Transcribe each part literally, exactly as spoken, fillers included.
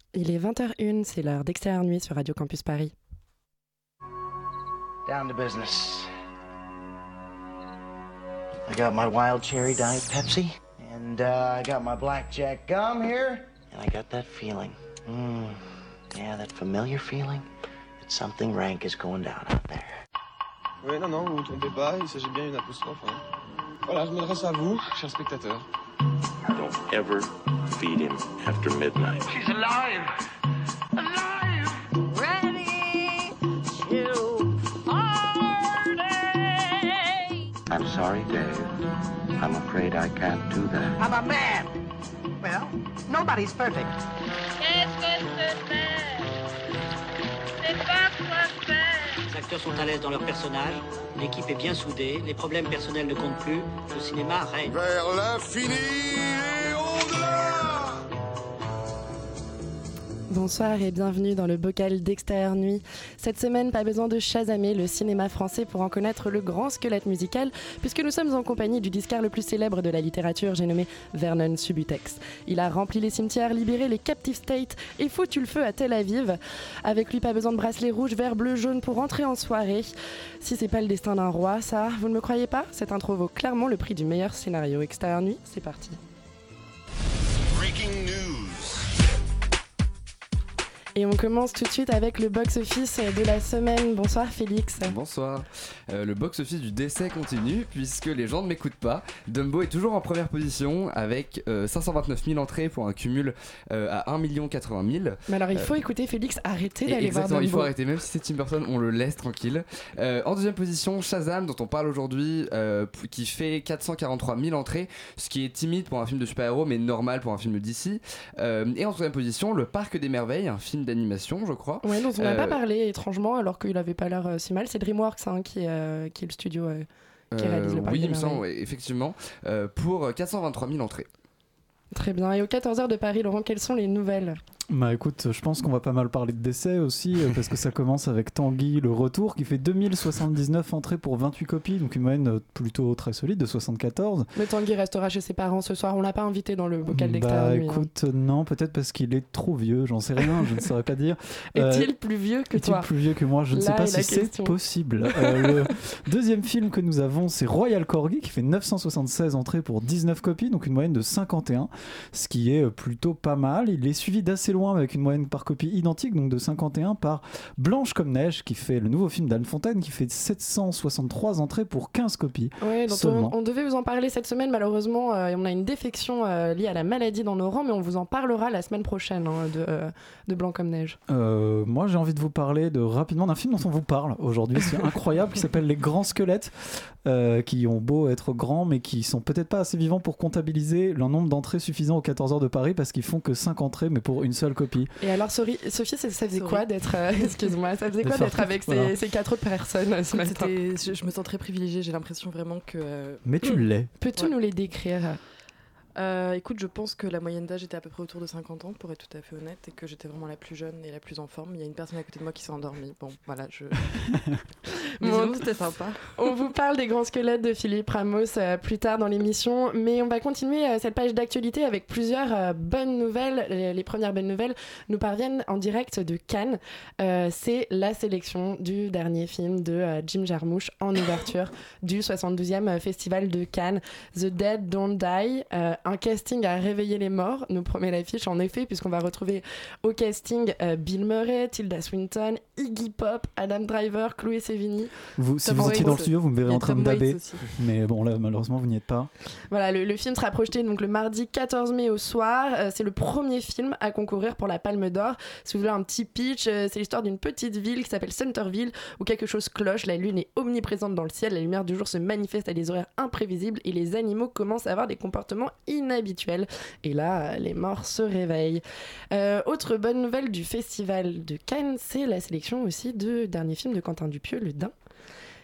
Il est vingt heures une, c'est l'heure d'Extérieur Nuit sur Radio Campus Paris. Down to business. I got my wild cherry Diet Pepsi, and uh, I got my blackjack gum here, and I got that feeling. Mm, yeah, that familiar feeling that something rank is going down out there. Oui, non, non, vous ne vous trompez pas, il s'agit bien d'une apostrophe. Hein. Voilà, je m'adresse à vous, chers spectateurs. Don't ever feed him after midnight. She's alive! Alive! Ready to party. I'm sorry, Dave. I'm afraid I can't do that. I'm a man. Well, nobody's perfect. Qu'est-ce que c'est faire? C'est pas quoi faire. Les acteurs sont à l'aise dans leur personnage, l'équipe est bien soudée, les problèmes personnels ne comptent plus, le cinéma règne. Vers l'infini et au-delà. Bonsoir et bienvenue dans le bocal d'Extérieur Nuit. Cette semaine, pas besoin de chasamer le cinéma français pour en connaître le grand squelette musical, puisque nous sommes en compagnie du disquaire le plus célèbre de la littérature, j'ai nommé Vernon Subutex. Il a rempli les cimetières, libéré les captive states et foutu le feu à Tel Aviv. Avec lui, pas besoin de bracelet rouge, vert, bleu, jaune pour entrer en soirée. Si c'est pas le destin d'un roi, ça, vous ne me croyez pas? Cette intro vaut clairement le prix du meilleur scénario. Extérieur Nuit, c'est parti. Breaking news. Et on commence tout de suite avec le box-office de la semaine. Bonsoir Félix. Bonsoir. Euh, le box-office du décès continue puisque les gens ne m'écoutent pas. Dumbo est toujours en première position avec euh, cinq cent vingt-neuf mille entrées pour un cumul euh, à un million quatre-vingt mille. Mais alors il faut euh, écouter Félix, arrêtez d'aller voir Dumbo. Dumbo. Il faut arrêter, même si c'est Tim Burton, on le laisse tranquille. Euh, en deuxième position, Shazam, dont on parle aujourd'hui, euh, qui fait quatre cent quarante-trois mille entrées, ce qui est timide pour un film de super-héros mais normal pour un film D C. Euh, et en troisième position, Le Parc des Merveilles, un film d'animation, je crois. Ouais, dont on n'a Euh, pas parlé étrangement, alors qu'il avait pas l'air euh, si mal. C'est DreamWorks hein, qui, euh, qui est le studio euh, qui Euh, réalise le Parc oui, des il me semble, Merveilles. ouais, effectivement, euh, pour quatre cent vingt-trois mille entrées. Très bien. Et aux quatorze heures de Paris, Laurent, quelles sont les nouvelles ? Bah écoute, je pense qu'on va pas mal parler de décès aussi, euh, parce que ça commence avec Tanguy, le retour, qui fait deux mille soixante-dix-neuf entrées pour vingt-huit copies, donc une moyenne euh, plutôt très solide de soixante-quatorze. Mais Tanguy restera chez ses parents ce soir. On l'a pas invité dans le bocal d'Extérieur Bah Nuit. hein. écoute, euh, non, peut-être parce qu'il est trop vieux, j'en sais rien, je ne saurais pas dire. Euh, Est-il plus vieux que Est-il toi ? plus vieux que moi? Je ne Là sais pas est si la c'est question. possible. Euh, le deuxième film que nous avons, c'est Royal Corgi, qui fait neuf cent soixante-seize entrées pour dix-neuf copies, donc une moyenne de cinquante et un, ce qui est euh, plutôt pas mal. Il est suivi d'assez loin avec une moyenne par copie identique, donc de cinquante et un, par Blanche comme neige, qui fait le nouveau film d'Anne Fontaine, qui fait sept cent soixante-trois entrées pour quinze copies. Ouais, dont seulement. on, on devait vous en parler cette semaine, malheureusement, euh, on a une défection euh, liée à la maladie dans nos rangs, mais on vous en parlera la semaine prochaine hein, de, euh, de Blanc comme neige. Euh, moi, j'ai envie de vous parler de, rapidement d'un film dont on vous parle aujourd'hui. C'est incroyable, qui s'appelle Les Grands Squelettes, euh, qui ont beau être grands, mais qui sont peut-être pas assez vivants pour comptabiliser le nombre d'entrées suffisant aux quatorze heures de Paris, parce qu'ils font que cinq entrées, mais pour une seule copie. Et alors, sorry, Sophie, ça, ça faisait quoi d'être, euh, excuse-moi, ça faisait De quoi faire d'être tout, avec voilà. ces, ces quatre autres personnes euh, ce matin ? C'était, je, je me sens très privilégiée, j'ai l'impression vraiment que... euh, Mais tu l'es. Peux-tu Ouais. nous les décrire ? euh, écoute, je pense que la moyenne d'âge était à peu près autour de cinquante ans, pour être tout à fait honnête, et que j'étais vraiment la plus jeune et la plus en forme. Il y a une personne à côté de moi qui s'est endormie. Bon, voilà, je... Mais Bon, sinon, c'était sympa. On vous parle des grands squelettes de Philippe Ramos euh, plus tard dans l'émission, mais on va continuer euh, cette page d'actualité avec plusieurs euh, bonnes nouvelles. Les, les premières bonnes nouvelles nous parviennent en direct de Cannes. Euh, c'est la sélection du dernier film de euh, Jim Jarmusch en ouverture du soixante-douzième Festival de Cannes, The Dead Don't Die. Euh, un casting à réveiller les morts, nous promet l'affiche en effet, puisqu'on va retrouver au casting euh, Bill Murray, Tilda Swinton, Iggy Pop, Adam Driver, Chloé Sevigny. Vous, si Tom vous Waits étiez dans le aussi. studio, vous me verrez Il y a en train de Tom Waits daber. aussi. Mais bon, là, malheureusement, vous n'y êtes pas. Voilà, le, le film sera projeté donc le mardi quatorze mai au soir. Euh, c'est le premier film à concourir pour la Palme d'Or. Si vous voulez un petit pitch, euh, c'est l'histoire d'une petite ville qui s'appelle Centerville, où quelque chose cloche. La lune est omniprésente dans le ciel, la lumière du jour se manifeste à des horaires imprévisibles et les animaux commencent à avoir des comportements inhabituels. Et là, euh, les morts se réveillent. Euh, autre bonne nouvelle du Festival de Cannes, c'est la sélection aussi du dernier film de Quentin Dupieux, Le Daim,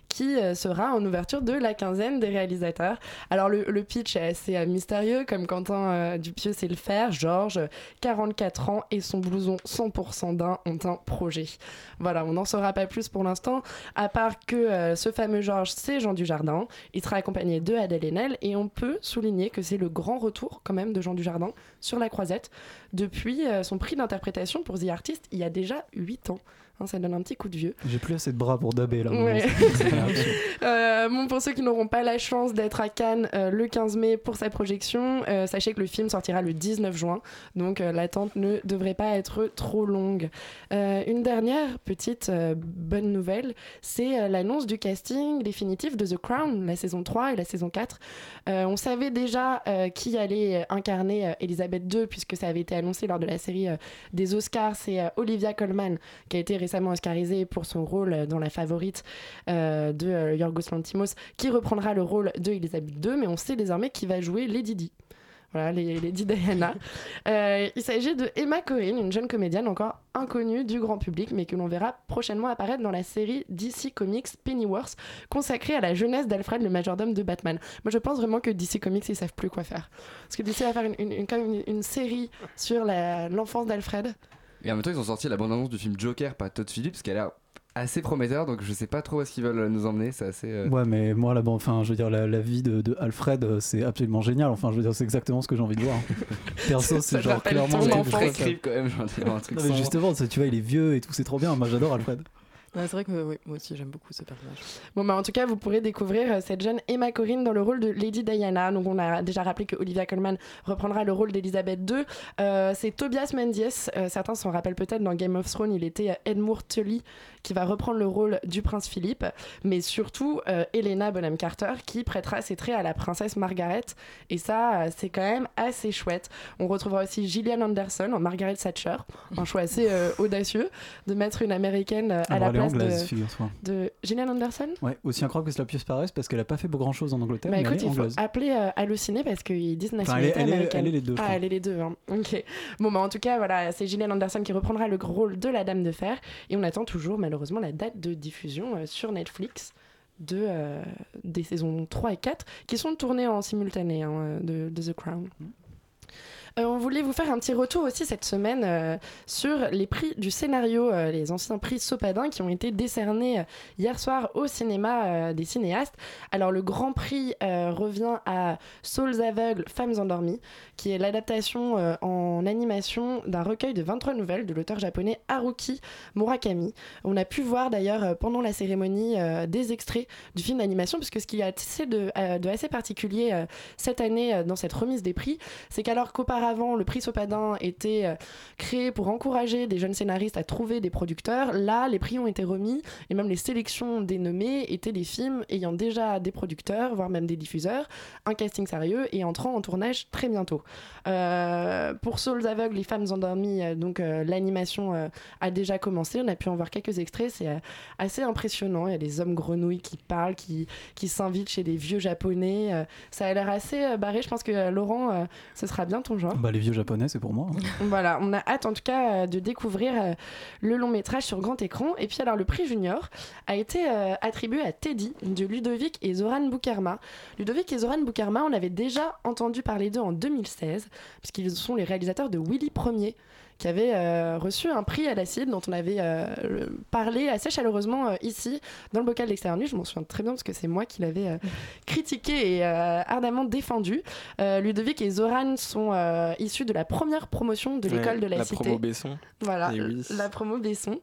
qui euh, sera en ouverture de la quinzaine des réalisateurs. Alors le, le pitch est assez euh, mystérieux, comme Quentin euh, Dupieux sait le faire. Georges, quarante-quatre ans, et son blouson cent pour cent d'un ont un projet. Voilà, on n'en saura pas plus pour l'instant, à part que euh, ce fameux Georges, c'est Jean Dujardin. Il sera accompagné de Adèle Haenel, et on peut souligner que c'est le grand retour quand même de Jean Dujardin sur la croisette depuis euh, son prix d'interprétation pour The Artist il y a déjà huit ans. Hein, ça donne un petit coup de vieux. J'ai plus assez de bras pour dabber là. Ouais. C'est- c'est grave. Euh, bon, pour ceux qui n'auront pas la chance d'être à Cannes euh, le quinze mai pour sa projection, euh, sachez que le film sortira le dix-neuf juin, donc euh, l'attente ne devrait pas être trop longue. Euh, une dernière petite euh, bonne nouvelle, c'est euh, l'annonce du casting définitif de The Crown, la saison trois et la saison quatre. Euh, on savait déjà euh, qui allait incarner euh, Elisabeth deux, puisque ça avait été annoncé lors de la série euh, des Oscars. C'est euh, Olivia Colman, qui a été récemment oscarisée pour son rôle dans La Favorite euh, de euh, Yorgos Lanthimos, qui reprendra le rôle de Elisabeth deux, mais on sait désormais qui va jouer Lady Di. Voilà, les- Lady Diana. Euh, il s'agit de Emma Corrin, une jeune comédienne encore inconnue du grand public, mais que l'on verra prochainement apparaître dans la série D C Comics Pennyworth, consacrée à la jeunesse d'Alfred, le majordome de Batman. Moi, je pense vraiment que D C Comics, ils savent plus quoi faire. Parce que D C va faire une, une, une, quand même une, une série sur la- l'enfance d'Alfred. Et en même temps, ils ont sorti la bande-annonce du film Joker par Todd Phillips, qui a l'air assez prometteur, donc je sais pas trop où est-ce qu'ils veulent nous emmener. C'est assez. euh, Ouais, mais moi, là, bon, enfin, je veux dire, la, la vie de, de Alfred, euh, c'est absolument génial. Enfin, je veux dire, c'est exactement ce que j'ai envie de voir. Perso, Ça c'est te genre rappelle clairement. ton ce que je enfance. préfère. Prescript quand même, genre, un truc Non, mais sombre. justement, c'est- tu vois, il est vieux et tout, c'est trop bien. Moi, j'adore Alfred. Ouais, c'est vrai que oui, moi aussi j'aime beaucoup ce personnage. Bon, bah, en tout cas, vous pourrez découvrir euh, cette jeune Emma Corrin dans le rôle de Lady Diana. Donc, on a déjà rappelé que Olivia Colman reprendra le rôle d'Elisabeth deux. Euh, c'est Tobias Menzies. Euh, certains s'en rappellent peut-être, dans Game of Thrones, il était euh, Edmure Tully qui va reprendre le rôle du prince Philippe. Mais surtout, euh, Helena Bonham Carter qui prêtera ses traits à la princesse Margaret. Et ça, euh, c'est quand même assez chouette. On retrouvera aussi Gillian Anderson en Margaret Thatcher. Un choix assez euh, audacieux de mettre une américaine euh, à Alors, la elle est place anglaise, de, figure-toi. de Gillian Anderson. Ouais, aussi incroyable que cela puisse paraître, parce qu'elle a pas fait grand chose en Angleterre, Bah mais écoute, elle est il faut anglaise. appeler euh, Allociné parce qu'ils disent Enfin, elle est- nationalité elle est- américaine. elle est les deux, je Ah, crois. elle est les deux. Hein. Ok. Bon, bah en tout cas, voilà, c'est Gillian Anderson qui reprendra le rôle de la Dame de Fer. Et on attend toujours, malheureusement, la date de diffusion euh, sur Netflix de, euh, des saisons trois et quatre qui sont tournées en simultané hein, de, de The Crown. Euh, on voulait vous faire un petit retour aussi cette semaine euh, sur les prix du scénario, euh, les anciens prix Sopadin qui ont été décernés euh, hier soir au cinéma euh, des cinéastes. Alors le grand prix euh, revient à Saules aveugles, femmes endormies, qui est l'adaptation euh, en animation d'un recueil de vingt-trois nouvelles de l'auteur japonais Haruki Murakami. On a pu voir d'ailleurs euh, pendant la cérémonie euh, des extraits du film d'animation, puisque ce qui est assez de, euh, de assez particulier euh, cette année euh, dans cette remise des prix, c'est qu'alors qu'auparavant le prix Sopadin était euh, créé pour encourager des jeunes scénaristes à trouver des producteurs, là les prix ont été remis et même les sélections dénommées étaient des films ayant déjà des producteurs, voire même des diffuseurs, un casting sérieux et entrant en tournage très bientôt. Euh, pour Saules aveugles, les femmes endormies, euh, donc euh, l'animation euh, a déjà commencé, on a pu en voir quelques extraits, c'est euh, assez impressionnant, il y a des hommes grenouilles qui parlent, qui, qui s'invitent chez des vieux japonais, euh, ça a l'air assez euh, barré, je pense que euh, Laurent, euh, ce sera bien ton genre. Bah, les vieux japonais, c'est pour moi. hein. Voilà, on a hâte en tout cas euh, de découvrir euh, le long métrage sur grand écran. Et puis alors le prix junior a été euh, attribué à Teddy de Ludovic et Zoran Boukarma. Ludovic et Zoran Boukarma, on avait déjà entendu parler d'eux en deux mille seize, puisqu'ils sont les réalisateurs de Willy Ier, qui avait euh, reçu un prix à l'acide dont on avait euh, parlé assez chaleureusement euh, ici dans le bocal d'Extérieur Nuit. Je m'en souviens très bien parce que c'est moi qui l'avais euh, critiqué et euh, ardemment défendu. Euh, Ludovic et Zoran sont euh, issus de la première promotion de l'école Ouais, de la, la Cité. promo Besson. Voilà, Et oui. la promo Besson.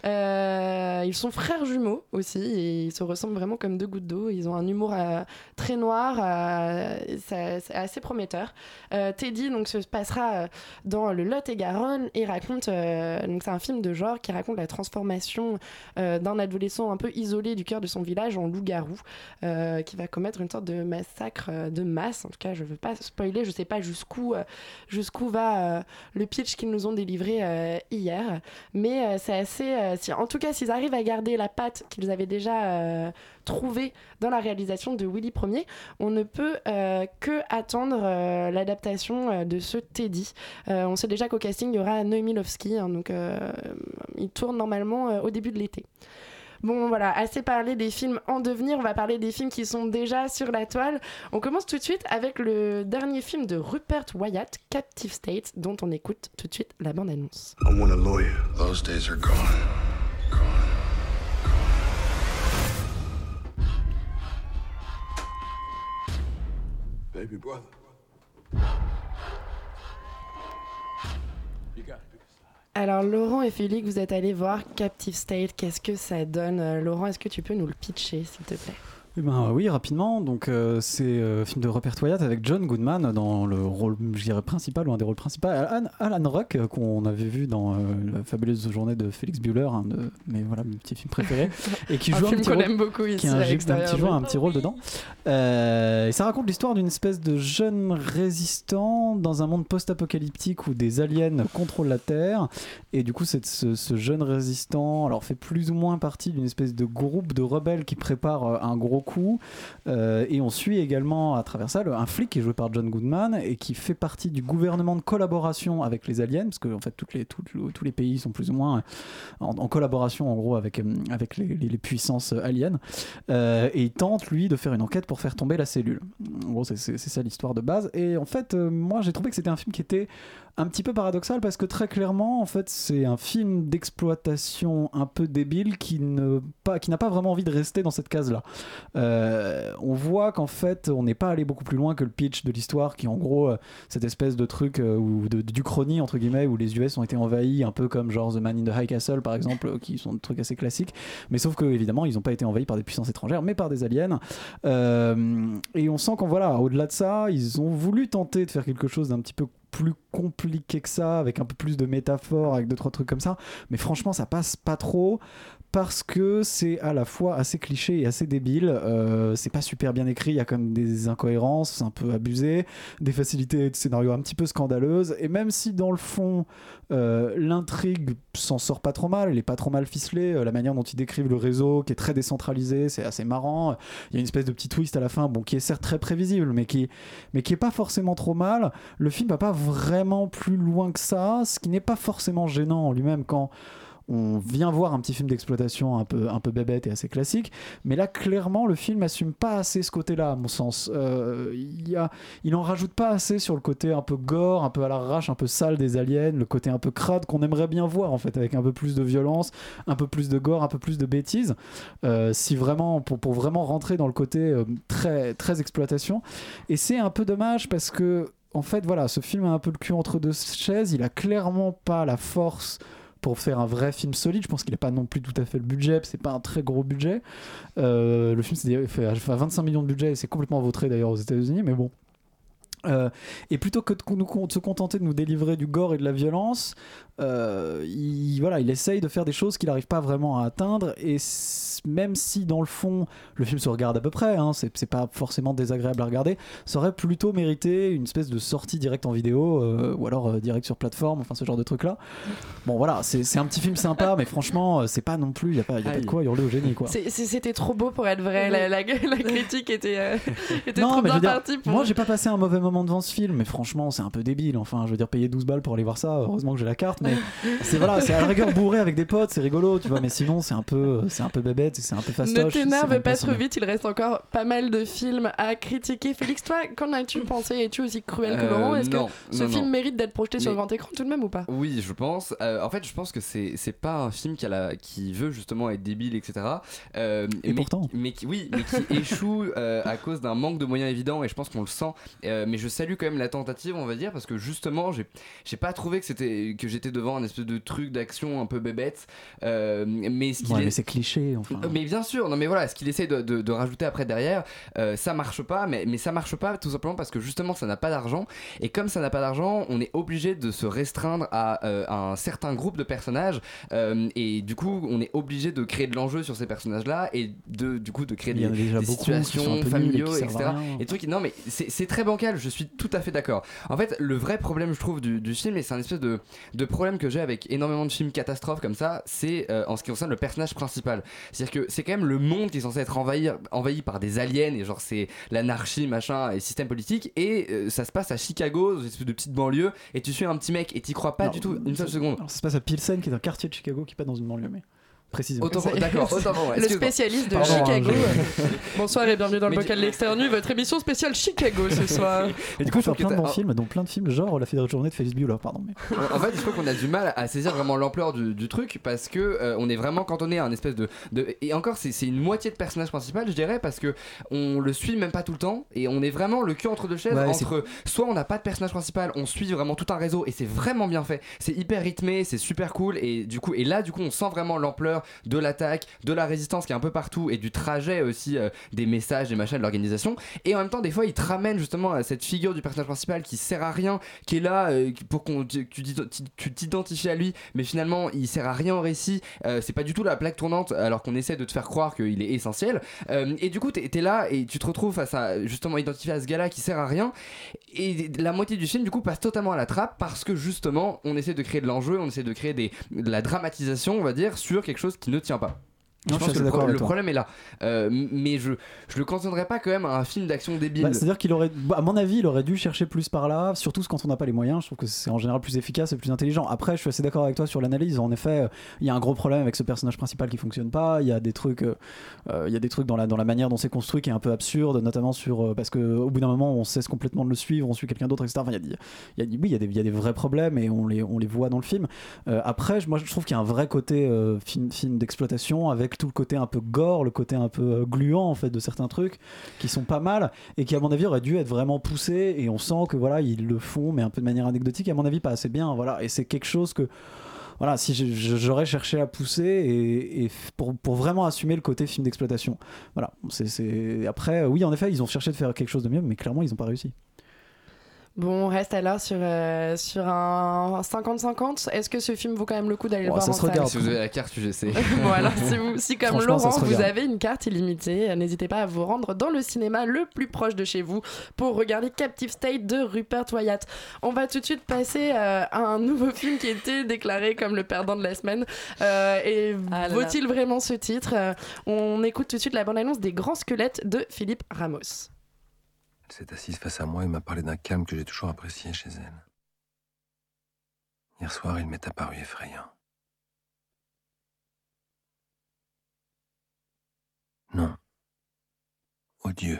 Euh, ils sont frères jumeaux aussi et ils se ressemblent vraiment comme deux gouttes d'eau. Ils ont un humour euh, très noir, euh, ça- c'est assez prometteur. Euh, Teddy donc, se passera euh, dans le Lot-et-Garonne et raconte, euh, donc c'est un film de genre qui raconte la transformation euh, d'un adolescent un peu isolé du cœur de son village en loup-garou, euh, qui va commettre une sorte de massacre euh, de masse. En tout cas, je ne veux pas spoiler, je ne sais pas jusqu'où, euh, jusqu'où va euh, le pitch qu'ils nous ont délivré euh, hier, mais euh, c'est assez... euh, si, en tout cas, s'ils arrivent à garder la patte qu'ils avaient déjà euh, trouvée dans la réalisation de Willy Ier, on ne peut euh, que attendre euh, l'adaptation euh, de ce Teddy. Euh, on sait déjà qu'au casting, il y aura Noémie Lovski, hein, donc euh, il tourne normalement euh, au début de l'été. Bon voilà, assez parlé des films en devenir, on va parler des films qui sont déjà sur la toile. On commence tout de suite avec le dernier film de Rupert Wyatt, Captive State, dont on écoute tout de suite la bande-annonce. I want a lawyer. Those days are gone. Gone. Gone. Baby brother. You got it. Alors Laurent et Félix, vous êtes allés voir Captive State, qu'est-ce que ça donne? Euh, Laurent, est-ce que tu peux nous le pitcher s'il te plaît? Eh ben, oui, rapidement. Donc, euh, c'est un euh, film de Rupert Wyatt avec John Goodman dans le rôle, je dirais, principal ou un des rôles principaux. Alan, Alan Ruck, euh, qu'on avait vu dans euh, La fabuleuse journée de Félix Bueller, hein, de, mais voilà, mon petit film préféré. Et qui joue un, un film petit qu'on rôle, aime beaucoup ici. Qui a un, un petit, joue un petit rôle dedans. Euh, et ça raconte l'histoire d'une espèce de jeune résistant dans un monde post-apocalyptique où des aliens contrôlent la Terre. Et du coup, c'est ce, ce jeune résistant alors, fait plus ou moins partie d'une espèce de groupe de rebelles qui prépare euh, un gros coup. Euh, et on suit également à travers ça le, un flic qui est joué par John Goodman et qui fait partie du gouvernement de collaboration avec les aliens, parce que en fait toutes les, toutes, tous les pays sont plus ou moins en, en collaboration en gros avec, avec les, les, les puissances aliens. Euh, et il tente lui de faire une enquête pour faire tomber la cellule. En gros, c'est, c'est, c'est ça l'histoire de base. Et en fait, euh, moi j'ai trouvé que c'était un film qui était un petit peu paradoxal parce que très clairement, en fait, c'est un film d'exploitation un peu débile qui, ne, pas, qui n'a pas vraiment envie de rester dans cette case-là. Euh, on voit qu'en fait, on n'est pas allé beaucoup plus loin que le pitch de l'histoire, qui en gros, euh, cette espèce de truc euh, ou de, d'Uchronie entre guillemets, où les U S ont été envahis, un peu comme genre The Man in the High Castle par exemple, euh, qui sont des trucs assez classiques. Mais sauf que évidemment, ils n'ont pas été envahis par des puissances étrangères, mais par des aliens. Euh, et on sent qu'en voilà, au-delà de ça, ils ont voulu tenter de faire quelque chose d'un petit peu plus compliqué que ça, avec un peu plus de métaphores, avec deux trois trucs comme ça, mais franchement ça passe pas trop parce que c'est à la fois assez cliché et assez débile. Euh, c'est pas super bien écrit, il y a quand même des incohérences, c'est un peu abusé, des facilités de scénario un petit peu scandaleuses, et même si dans le fond euh, l'intrigue s'en sort pas trop mal, elle est pas trop mal ficelée, euh, la manière dont ils décrivent le réseau qui est très décentralisé, c'est assez marrant, il y a une espèce de petit twist à la fin, bon, qui est certes très prévisible mais qui, mais qui est pas forcément trop mal. Le film va pas vraiment plus loin que ça, ce qui n'est pas forcément gênant en lui-même quand on vient voir un petit film d'exploitation un peu, un peu bébête et assez classique, mais là clairement le film assume pas assez ce côté-là à mon sens. Euh, il, y a, il en rajoute pas assez sur le côté un peu gore, un peu à l'arrache, un peu sale des aliens, le côté un peu crade qu'on aimerait bien voir en fait, avec un peu plus de violence, un peu plus de gore, un peu plus de bêtises, euh, si vraiment, pour, pour vraiment rentrer dans le côté euh, très, très exploitation. Et c'est un peu dommage parce que en fait voilà, ce film a un peu le cul entre deux chaises, il a clairement pas la force pour faire un vrai film solide. Je pense qu'il n'a pas non plus tout à fait le budget, c'est pas un très gros budget. Euh, le film c'est fait à vingt-cinq millions de budget et c'est complètement vautré d'ailleurs aux États-Unis, mais bon. Euh, et plutôt que de, nous, de se contenter de nous délivrer du gore et de la violence, euh, il, voilà, il essaye de faire des choses qu'il n'arrive pas vraiment à atteindre, et même si dans le fond le film se regarde à peu près, hein, c'est, c'est pas forcément désagréable à regarder, ça aurait plutôt mérité une espèce de sortie directe en vidéo, euh, ou alors euh, direct sur plateforme, enfin ce genre de truc là. Bon voilà, c'est, c'est un petit film sympa, mais franchement c'est pas non plus, il n'y a, pas, y a pas de quoi hurler au génie quoi. C'est, c'est, c'était trop beau pour être vrai, la, la, la critique était, euh, était non, trop mais bien dire, partie pour... moi j'ai pas passé un mauvais moment devant ce film, mais franchement c'est un peu débile, enfin je veux dire payer douze balles pour aller voir ça, heureusement que j'ai la carte, mais c'est voilà, c'est à la rigueur bourré avec des potes, c'est rigolo tu vois, mais sinon c'est un peu, c'est un peu bébête, c'est un peu fastoche. Ne t'énerve pas trop vite, il reste encore pas mal de films à critiquer. Félix, toi qu'en as-tu pensé? Es-tu aussi cruel que Euh, Laurent? Est-ce non, que ce non, film non. mérite d'être projeté sur Mais- le grand écran tout de même ou pas? Oui, je pense. Euh, en fait, je pense que c'est c'est pas un film qui, a la, qui veut justement être débile, et cetera. Euh, Et mais, pourtant. mais qui, oui, mais qui échoue euh, à cause d'un manque de moyens évident, et je pense qu'on le sent. Euh, mais je salue quand même la tentative, on va dire, parce que justement, j'ai j'ai pas trouvé que c'était que j'étais devant un espèce de truc d'action un peu bébête. Euh, mais ce qu'il Ouais, est- mais c'est cliché enfin. mais bien sûr, non mais voilà, ce qu'il essaie de, de, de rajouter après derrière, euh, ça marche pas, mais, mais ça marche pas tout simplement parce que justement ça n'a pas d'argent, et comme ça n'a pas d'argent, on est obligé de se restreindre à, euh, à un certain groupe de personnages, euh, et du coup on est obligé de créer de l'enjeu sur ces personnages-là, et de, du coup de créer Il y en des, a déjà des beaucoup qui sont un situations peu nuls et familiaux, qui servent à et cetera. rien. Et trucs, non mais c'est, c'est très bancal, je suis tout à fait d'accord. En fait, le vrai problème je trouve du, du film, et c'est un espèce de, de problème que j'ai avec énormément de films catastrophes comme ça, c'est euh, en ce qui concerne le personnage principal. C'est-à-dire que c'est quand même le monde qui est censé être envahi, envahi par des aliens, et genre c'est l'anarchie, machin, et système politique, et euh, ça se passe à Chicago, dans une espèce de petite banlieue, et tu suis un petit mec et t'y crois pas Non, du tout une seule seconde. Alors, ça se passe à Pilsen, qui est un quartier de Chicago qui est pas dans une banlieue, mais précisément. Autant, d'accord, autant pour moi. Le Excuse-moi. spécialiste de Pardon, Chicago. hein, Bonsoir et bienvenue dans le Mais bocal du- de l'externe, votre émission spéciale Chicago ce soir. Et du coup, faire plein de bons films, dont plein de films, genre La Fédérale Journée de Félix Bueller, pardon. Mais... En fait, je crois qu'on a du mal à saisir vraiment l'ampleur du, du truc parce que euh, on est vraiment cantonné à un espèce de, de et encore c'est, c'est une moitié de personnage principal, je dirais, parce que on le suit même pas tout le temps et on est vraiment le cul entre deux chaises. Ouais, entre soit on n'a pas de personnage principal, on suit vraiment tout un réseau et c'est vraiment bien fait, c'est hyper rythmé, c'est super cool et du coup et là du coup on sent vraiment l'ampleur de l'attaque, de la résistance qui est un peu partout et du trajet aussi euh, des messages, des machins, de l'organisation. Et en même temps, des fois, il te ramène justement à cette figure du personnage principal qui sert à rien, qui est là euh, pour qu'on tu, tu, tu t'identifies à lui, mais finalement, il sert à rien au récit. Euh, c'est pas du tout la plaque tournante, alors qu'on essaie de te faire croire qu'il est essentiel. Euh, et du coup, t'es, t'es là et tu te retrouves face à justement identifié à ce gars-là qui sert à rien. Et la moitié du film, du coup, passe totalement à la trappe parce que justement, on essaie de créer de l'enjeu, on essaie de créer des, de la dramatisation, on va dire, sur quelque chose qui ne tient pas. Non, je je pense suis que le, d'accord pro- avec le toi. problème est là. Euh, mais je je le cantonnerais pas quand même à un film d'action débile. Bah, c'est-à-dire qu'il aurait, bah, à mon avis, il aurait dû chercher plus par là, surtout quand on n'a pas les moyens. Je trouve que c'est en général plus efficace et plus intelligent. Après, je suis assez d'accord avec toi sur l'analyse. En effet, euh, il y a un gros problème avec ce personnage principal qui fonctionne pas. Il y a des trucs, euh, euh, il y a des trucs dans la dans la manière dont c'est construit qui est un peu absurde, notamment sur euh, parce que au bout d'un moment, on cesse complètement de le suivre, on suit quelqu'un d'autre, et cetera. Enfin, il y a, des- il y a, oui, il y a des, il y a des vrais problèmes et on les on les voit dans le film. Euh, après, je- moi, je trouve qu'il y a un vrai côté euh, film film d'exploitation avec tout le côté un peu gore, le côté un peu euh, gluant en fait de certains trucs qui sont pas mal et qui à mon avis auraient dû être vraiment poussés et on sent que voilà ils le font mais un peu de manière anecdotique, à mon avis pas assez bien, voilà, et c'est quelque chose que voilà, si je- je- j'aurais cherché à pousser et, et f- pour, pour vraiment assumer le côté film d'exploitation, voilà, c'est, c'est... après oui en effet ils ont cherché de faire quelque chose de mieux mais clairement ils ont pas réussi. Bon, on reste alors sur, euh, sur un cinquante cinquante. Est-ce que ce film vaut quand même le coup d'aller le Oh, voir ça en se salle regarde. Si vous avez la carte U G C. Bon, alors, si, vous, si comme Franchement, ça Laurent, se vous regarde. avez une carte illimitée, euh, n'hésitez pas à vous rendre dans le cinéma le plus proche de chez vous pour regarder Captive State de Rupert Wyatt. On va tout de suite passer euh, à un nouveau film qui a été déclaré comme le perdant de la semaine. Euh, et Ah là vaut-il là. vraiment ce titre? Euh, On écoute tout de suite la bande-annonce des Grands Squelettes de Philippe Ramos. Elle s'est assise face à moi et m'a parlé d'un calme que j'ai toujours apprécié chez elle. Hier soir, il m'est apparu effrayant. Non. Odieux.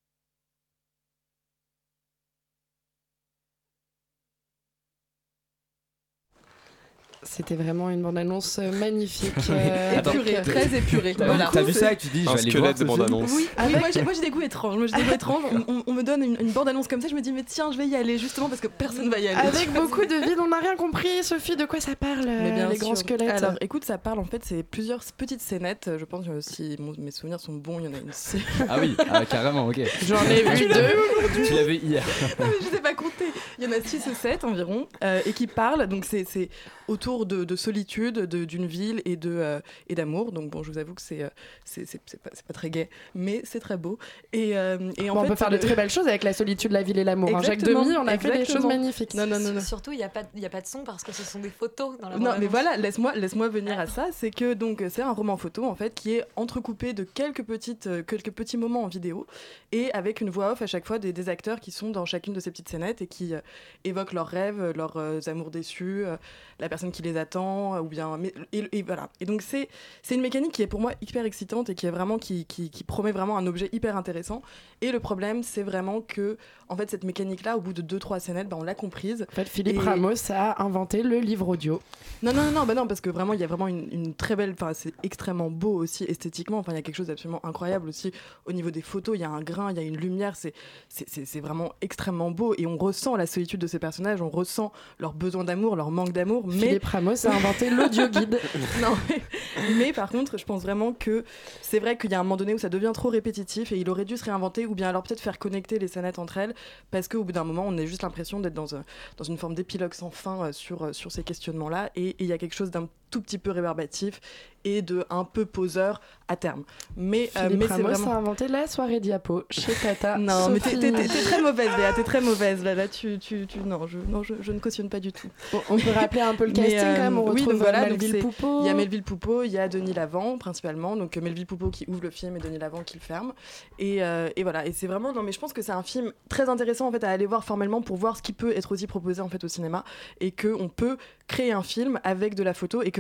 C'était vraiment une bande-annonce euh, magnifique. euh, Attends, épurée, t'as- très épurée. T'as, Voilà. t'as vu ça et tu dis je Un vais aller voir squelette ce de film. bande-annonce. Oui, oui, Avec- moi, j'ai, moi j'ai des goûts étranges. Moi j'ai des goûts étranges. On, on- on me donne une, une bande-annonce comme ça, je me dis mais tiens, je vais y aller justement parce que personne va y aller. Avec beaucoup de vide, on n'a rien compris. Sophie, de quoi ça parle, Mais bien les sûr. grands squelettes? Alors écoute, ça parle en fait, c'est plusieurs petites scénettes. Je pense que si mon- mes souvenirs sont bons, il y en a une. c'est- Ah oui, ah, carrément, ok. J'en ai vu deux. Tu l'avais hier. Non, mais je sais pas compter. Il y en a six ou sept environ euh, et qui parlent. Donc c'est, c'est autour de, de solitude, de- d'une ville et de euh, et d'amour. Donc bon, je vous avoue que c'est euh, c'est, c'est, c'est pas, c'est pas très gai, mais c'est très beau. Et, euh, et en Bon, fait, on peut faire de le- très belles choses avec la solitude, la ville et l'amour. hein. Jacques Exactement, Demy, on a fait des exactement. choses magnifiques. Non, non, non, non. Surtout, il n'y a, pas- il y a pas de son parce que ce sont des photos dans la Non, mais bande-annonce. voilà, laisse-moi laisse-moi venir à ça. C'est que donc c'est un roman photo en fait qui est entrecoupé de quelques petites euh, quelques petits moments en vidéo et avec une voix off à chaque fois des, des acteurs qui sont dans chacune de ces petites scénettes et qui euh, évoquent leurs rêves, leurs euh, amours déçus, euh, la personne qui les attend euh, ou bien mais, et, et voilà. Et donc c'est c'est une mécanique qui est pour moi hyper excitante et qui est vraiment qui, qui, qui promet vraiment un objet hyper intéressant. Et le problème c'est vraiment que en fait cette mécanique là au bout de deux trois scénettes ben, on l'a comprise. En fait, Philippe Et- Ramos a inventé le livre audio. Non, non, non, non, bah non, parce que vraiment, il y a vraiment une, une très belle. Enfin, c'est extrêmement beau aussi esthétiquement. Enfin, il y a quelque chose d'absolument incroyable aussi au niveau des photos. Il y a un grain, il y a une lumière. C'est, c'est, c'est, c'est vraiment extrêmement beau et on ressent la solitude de ces personnages. On ressent leur besoin d'amour, leur manque d'amour. Mais Philippe Ramos a inventé l'audio guide. non, mais, mais par contre, je pense vraiment que c'est vrai qu'il y a un moment donné où ça devient trop répétitif et il aurait dû se réinventer ou bien alors peut-être faire connecter les scénettes entre elles parce qu'au bout d'un moment, on a juste l'impression d'être dans, un- dans une forme d'épilogue sans fin euh, sur, euh, sur ces questionnements-là et et il y a quelque chose d'un tout petit peu rébarbatif et de un peu poseur à terme. Mais, euh, Philippe mais c'est Ramos vraiment... a inventé la soirée diapo chez Tata. Non, mais t'es, Sophie. t'es- t'es- t'es très mauvaise, Léa, t'es très mauvaise. Là, là tu, tu, tu... Non, je, non je, je ne cautionne pas du tout. Bon, on peut rappeler un peu le Mais, casting euh, quand même. On oui, retrouve donc voilà, donc Melville c'est- Poupeau. Il y a Melville Poupeau, il y a Denis Lavant principalement. Donc euh, Melville Poupeau qui ouvre le film et Denis Lavant qui le ferme. Et, euh, et voilà, et c'est vraiment... Non, mais je pense que c'est un film très intéressant en fait à aller voir formellement pour voir ce qui peut être aussi proposé en fait au cinéma et qu'on peut créer un film avec de la photo et que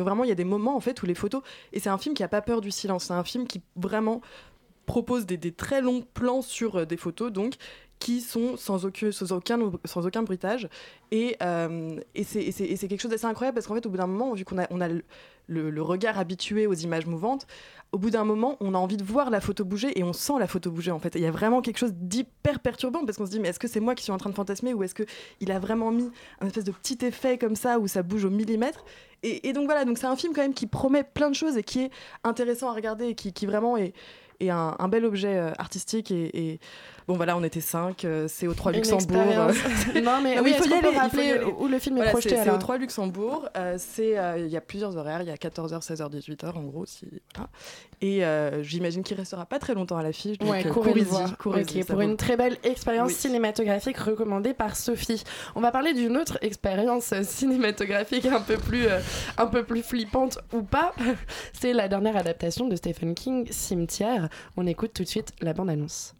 vraiment il y a des moments en fait où les photos, et c'est un film qui a pas peur du silence, c'est un film qui vraiment propose des, des très longs plans sur euh, des photos donc qui sont sans aucun, sans aucun, sans aucun bruitage et, euh, et, c'est, et, c'est, et c'est quelque chose d'assez incroyable parce qu'en fait au bout d'un moment vu qu'on a, on a le, le, le regard habitué aux images mouvantes, au bout d'un moment on a envie de voir la photo bouger et on sent la photo bouger en fait. Il y a vraiment quelque chose d'hyper perturbant parce qu'on se dit mais est-ce que c'est moi qui suis en train de fantasmer ou est-ce qu'il a vraiment mis un espèce de petit effet comme ça où ça bouge au millimètre et, et donc voilà, donc c'est un film quand même qui promet plein de choses et qui est intéressant à regarder et qui, qui vraiment est et un, un bel objet euh, artistique et, et bon voilà on était cinq, euh, c'est au trois Une Luxembourg. Non mais oui, il faut y aller, rappeler où le film est voilà, projeté. C'est, c'est alors. au trois Luxembourg, euh, c'est euh, il y a plusieurs horaires, il y a quatorze heures, seize heures, dix-huit heures en gros si, voilà. Et euh, j'imagine qu'il restera pas très longtemps à l'affiche. Donc Ouais, euh, courez le courez-y, voir. courez-y, Ok, ça pour vaut- une très belle expérience Oui. cinématographique recommandée par Sophie. On va parler d'une autre expérience cinématographique un peu plus, euh, un peu plus flippante ou pas. C'est la dernière adaptation de Stephen King, Cimetière. On écoute tout de suite la bande-annonce.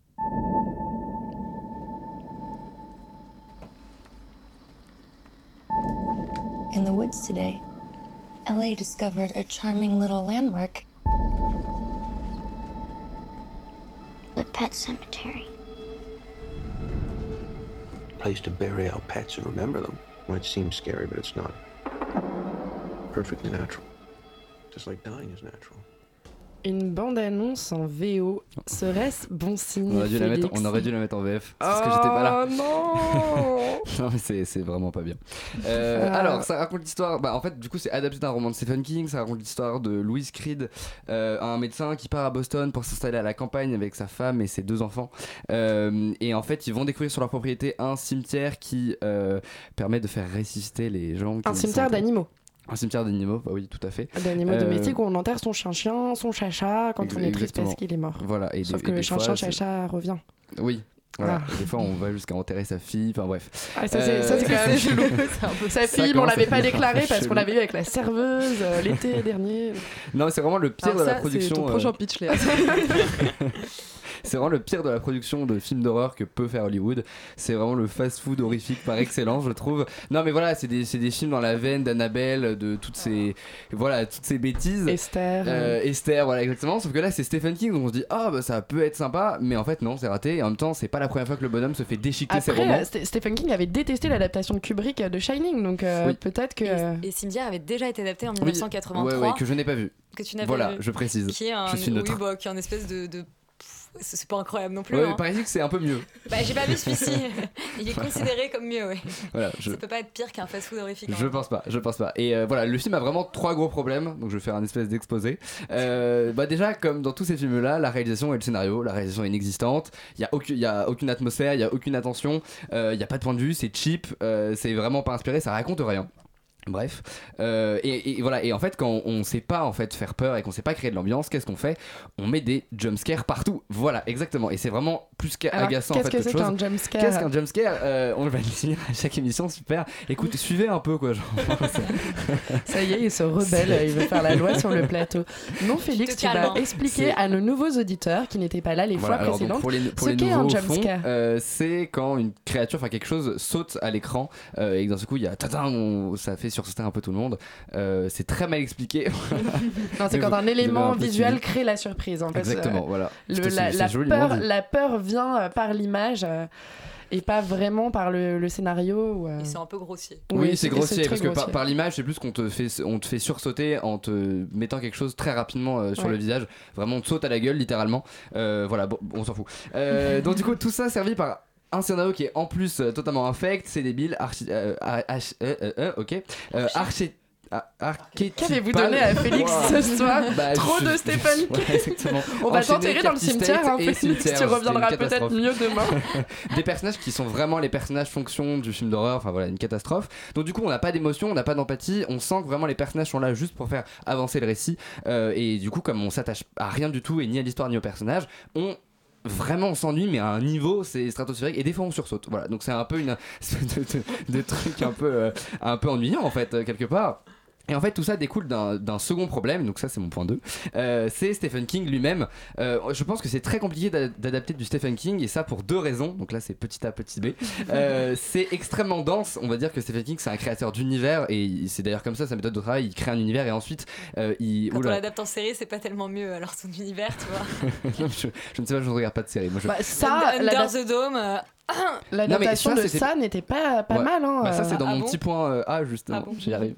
In the woods today, L A discovered a charming little landmark. The pet cemetery. Place to bury our pets and remember them. Well, it seems scary, but it's not. Perfectly natural. Just like dying is natural. Une bande-annonce en V O. Serait-ce bon signe, On aurait, dû la Félix mettre, on aurait dû la mettre en V F. C'est parce que j'étais pas là. Oh non. Non mais c'est, c'est vraiment pas bien. Euh, Ah. Alors ça raconte l'histoire, bah en fait du coup c'est adapté d'un roman de Stephen King, ça raconte l'histoire de Louis Creed, euh, un médecin qui part à Boston pour s'installer à la campagne avec sa femme et ses deux enfants. Euh, et en fait ils vont découvrir sur leur propriété un cimetière qui euh, permet de faire ressusciter les gens. qui Un cimetière sont- d'animaux. Un cimetière d'animaux, bah oui tout à fait. D'animaux Euh, domestiques où on enterre son chien-chien, son chacha quand ex- on est triste exactement. parce qu'il est mort. Voilà. Et Sauf des- que et le des fois, chien-chien, c'est- chacha revient. Oui. Voilà. Ah. Et des fois on va jusqu'à enterrer sa fille, enfin bref. Ah, ça, c'est, ça, c'est quand même chelou. Sa Ça fille, bon, on commence à l'avait pas devenir déclaré parce chelou. qu'on l'avait eu avec la serveuse euh, l'été dernier. Non, mais c'est vraiment le pire Alors de la ça, production. c'est ton euh, prochain pitch, Léa. C'est vraiment le pire de la production de films d'horreur que peut faire Hollywood. C'est vraiment le fast-food horrifique par excellence, je trouve. Non, mais voilà, c'est des, c'est des films dans la veine d'Annabelle, de toutes ces, voilà, toutes ces bêtises. Esther. Euh, Esther, voilà, exactement. Sauf que là, c'est Stephen King, donc on se dit, ah, bah ça peut être sympa, mais en fait, non, c'est raté. Et en même temps, c'est pas la première fois que le bonhomme se fait déchiqueter ses Après, romans. euh, St- Stephen King avait détesté l'adaptation de Kubrick euh, de Shining, donc euh, Oui. peut-être que. Et, et Cimetière avait déjà été adapté en Oui. mille neuf cent quatre-vingt-trois. Ouais, ouais, que je n'ai pas vu. Que tu n'avais Voilà, vu. je précise. Qui est un, Je suis neutre. oui, bah, qui est un espèce de. de... pff, C'est c'est pas incroyable non plus. Ouais, hein. il paraît que c'est un peu mieux. Bah, j'ai pas vu celui-ci. Il est considéré comme mieux, ouais. Voilà, je, Ça peut pas être pire qu'un fast-food horrifique. en Je même temps. pense pas, je pense pas. Et euh, voilà, le film a vraiment trois gros problèmes, donc je vais faire un espèce d'exposé. Euh, bah déjà, comme dans tous ces films-là, la réalisation et le scénario, la réalisation est inexistante. Il y a aucune, il y a aucune atmosphère, il y a aucune attention, euh, il y a pas de point de vue, c'est cheap, euh, c'est vraiment pas inspiré, ça raconte rien. Bref, euh, et, et voilà, et en fait, quand on sait pas en fait faire peur et qu'on sait pas créer de l'ambiance, qu'est-ce qu'on fait? On met des jumpscares partout. Voilà, exactement. Et c'est vraiment plus Alors, qu'agaçant en qu'est-ce fait que qu'autre c'est chose. qu'un jumpscare Qu'est-ce qu'un jumpscare? euh, On va le dire à chaque émission, super. Écoute, suivez un peu quoi. Genre, Ça y est, il se rebelle, il veut faire la loi sur le plateau. Non, Félix, te tu calmes, vas hein. expliquer C'est- à nos nouveaux auditeurs qui n'étaient pas là les Voilà, fois alors donc précédentes pour les, pour ce les qu'est un nouveaux au fond, jumpscare. euh, c'est quand une créature, enfin quelque chose saute à l'écran euh, et que d'un seul coup il y a tatin, on- ça fait sursauter un peu tout le monde. Euh, c'est très mal expliqué. Non, c'est Mais quand vous- un vous avez élément un peu visuel suivi. crée la surprise. En fait, Exactement, Euh, voilà. le- C'est- la, c'est la joliment peur, dit. la peur vient euh, par l'image euh, et pas vraiment par le, le scénario. ou, euh, Et c'est un peu grossier. Oui, c'est grossier très parce que par, grossier. par l'image, c'est plus qu'on te fait, on te fait sursauter en te mettant quelque chose très rapidement euh, sur Ouais. le visage. Vraiment, on te saute à la gueule littéralement. Euh, voilà, bon, on s'en fout. Euh, donc du coup, tout ça servi par un scénario qui est en plus euh, totalement infect, c'est débile, archi, euh, ah, H- euh, euh, euh, ok, euh, archi. ah, archétypal. Qu'avez-vous donné à Félix Wow. ce soir Bah, Trop je- de Stephen King. Ouais, exactement. On va Enchaîner t'enterrer dans le Captive cimetière, State hein, et Félix. cimetière, Tu c'était reviendras une peut-être catastrophe. mieux demain. Des personnages qui sont vraiment les personnages fonction du film d'horreur, enfin voilà, une catastrophe. Donc du coup, on n'a pas d'émotion, on n'a pas d'empathie, on sent que vraiment les personnages sont là juste pour faire avancer le récit. Euh, et du coup, comme on s'attache à rien du tout et ni à l'histoire ni aux personnages, on vraiment on s'ennuie, mais à un niveau c'est stratosphérique, et des fois on sursaute. Voilà, donc c'est un peu une espèce de, de, de truc un peu euh, un peu ennuyant en fait, euh, quelque part. Et en fait, tout ça découle d'un, d'un second problème, donc ça c'est mon point deux, euh, c'est Stephen King lui-même. Euh, je pense que c'est très compliqué d'a- d'adapter du Stephen King, et ça pour deux raisons, donc là c'est petit A, petit B. Euh, c'est extrêmement dense, on va dire que Stephen King c'est un créateur d'univers, et il- c'est d'ailleurs comme ça sa méthode de travail, il crée un univers et ensuite euh, il... Quand Oula. on l'adapte en série, c'est pas tellement mieux, alors son univers, tu vois. Non, je, je ne sais pas, je ne regarde pas de série. Moi, je... Bah, ça, Under l'adap- the Dome. euh, l'adaptation Non, mais de ça, c'était- ça n'était pas, pas Ouais. mal. Hein, Bah, ça c'est dans euh. mon Ah bon petit point euh, A justement, Ah bon j'y arrive.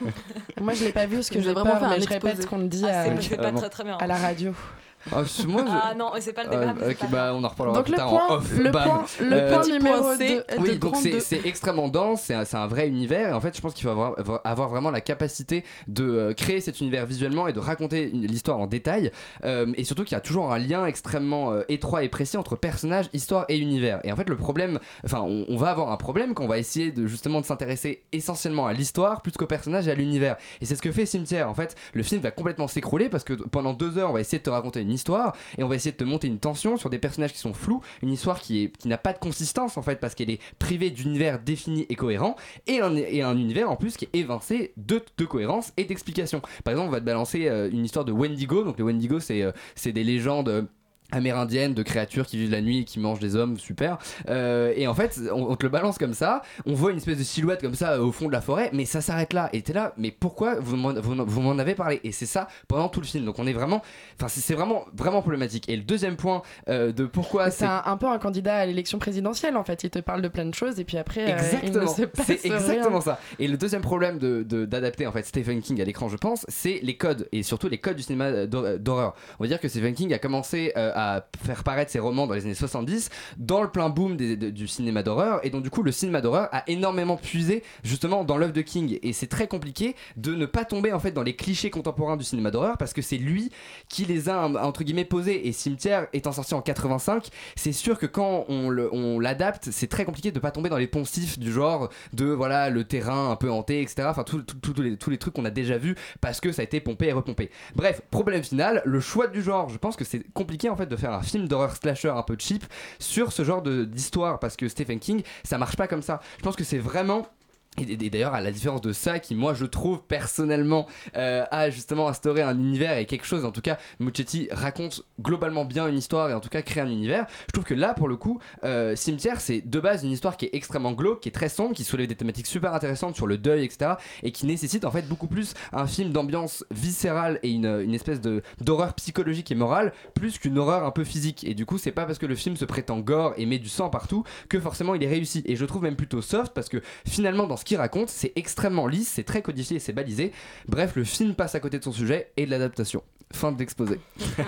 Moi je l'ai pas vu parce que Vous j'ai avez vraiment peur, fait un mais je exposé. répète ce qu'on me dit Ah, à, c'est, c'est pas Vraiment. très très bien. à la radio. Ah, c'est- moi, je- Ah non, c'est pas le débat. Euh, mais c'est ok, pas bah grave. on en reparlera Donc plus le tard point, en off. le Bam. point, le Euh, point petit numéro point C. deux. Oui, de donc grande c'est, deux. c'est extrêmement dense, c'est un, c'est un vrai univers, et en fait je pense qu'il faut avoir, avoir vraiment la capacité de euh, créer cet univers visuellement et de raconter une- l'histoire en détail, euh, et surtout qu'il y a toujours un lien extrêmement euh, étroit et précis entre personnages, histoire et univers. Et en fait le problème, enfin on, on va avoir un problème quand on va essayer de justement de s'intéresser essentiellement à l'histoire plus qu'aux personnages et à l'univers. Et c'est ce que fait Cimetière. En fait le film va complètement s'écrouler parce que pendant deux heures on va essayer de te raconter une histoire et on va essayer de te monter une tension sur des personnages qui sont flous, une histoire qui, est, qui n'a pas de consistance en fait parce qu'elle est privée d'univers défini et cohérent, et un, et un univers en plus qui est évincé de, de cohérence et d'explication. Par exemple on va te balancer euh, une histoire de Wendigo, donc les Wendigo c'est, euh, c'est des légendes euh, amérindienne de créatures qui vivent la nuit et qui mangent des hommes, super. Euh, et en fait, on, on te le balance comme ça, on voit une espèce de silhouette comme ça euh, au fond de la forêt, mais ça s'arrête là. Et t'es là, mais pourquoi vous m'en, vous, vous m'en avez parlé? Et c'est ça pendant tout le film. Donc on est vraiment, enfin c'est, c'est vraiment vraiment problématique. Et le deuxième point euh, de pourquoi C'est c'est un, un peu un candidat à l'élection présidentielle en fait. Il te parle de plein de choses et puis après euh, il ne Exactement, se passe c'est exactement rien. ça. Et le deuxième problème de, de- d'adapter en fait Stephen King à l'écran, je pense, c'est les codes, et surtout les codes du cinéma d'hor- d'horreur. On va dire que Stephen King a commencé euh, à faire paraître ses romans dans les années soixante-dix dans le plein boom des- de- du cinéma d'horreur, et donc du coup le cinéma d'horreur a énormément puisé justement dans l'œuvre de King, et c'est très compliqué de ne pas tomber en fait dans les clichés contemporains du cinéma d'horreur parce que c'est lui qui les a entre guillemets posés. Et Cimetière étant sorti en quatre-vingt-cinq, c'est sûr que quand on, le, on l'adapte, c'est très compliqué de pas tomber dans les poncifs du genre de voilà le terrain un peu hanté, etc. Enfin tous tout, tout, tout les, tous les trucs qu'on a déjà vus parce que ça a été pompé et repompé. Bref, problème final, le choix du genre. Je pense que c'est compliqué en fait de faire un film d'horreur slasher un peu cheap sur ce genre de, d'histoire parce que Stephen King, ça marche pas comme ça. Je pense que c'est vraiment... Et, et d'ailleurs, à la différence de ça, qui moi je trouve personnellement euh, a justement instauré un univers et quelque chose, en tout cas, Muschietti raconte globalement bien une histoire et en tout cas crée un univers. Je trouve que là, pour le coup, euh, Cimetière, c'est de base une histoire qui est extrêmement glauque, qui est très sombre, qui soulève des thématiques super intéressantes sur le deuil, et cetera. Et qui nécessite en fait beaucoup plus un film d'ambiance viscérale et une, une espèce de, d'horreur psychologique et morale, plus qu'une horreur un peu physique. Et du coup, c'est pas parce que le film se prétend gore et met du sang partout que forcément il est réussi. Et je le trouve même plutôt soft parce que finalement, dans ce qu'il raconte, c'est extrêmement lisse, c'est très codifié, c'est balisé. Bref, le film passe à côté de son sujet et de l'adaptation. Fin de l'exposé.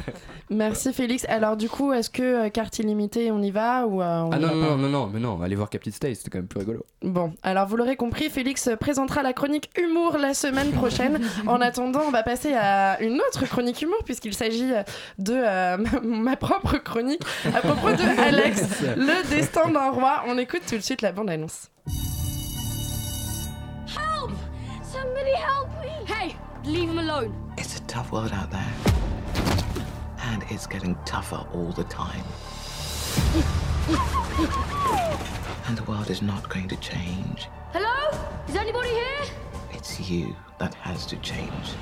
Merci Félix. Alors du coup, est-ce que euh, carte illimitée, on y va ou euh, on Ah y non, va non, pas non, non, non, mais non, allez voir Captain Stay, c'était quand même plus rigolo. Bon, alors vous l'aurez compris, Félix présentera la chronique humour la semaine prochaine. En attendant, on va passer à une autre chronique humour puisqu'il s'agit de euh, ma, ma propre chronique à propos de Alex, le destin d'un roi. On écoute tout de suite la bande-annonce. Help! Somebody help me! Hey, leave him alone. It's a tough world out there. And it's getting tougher all the time. And the world is not going to change. Hello? Is anybody here? It's you that has to change.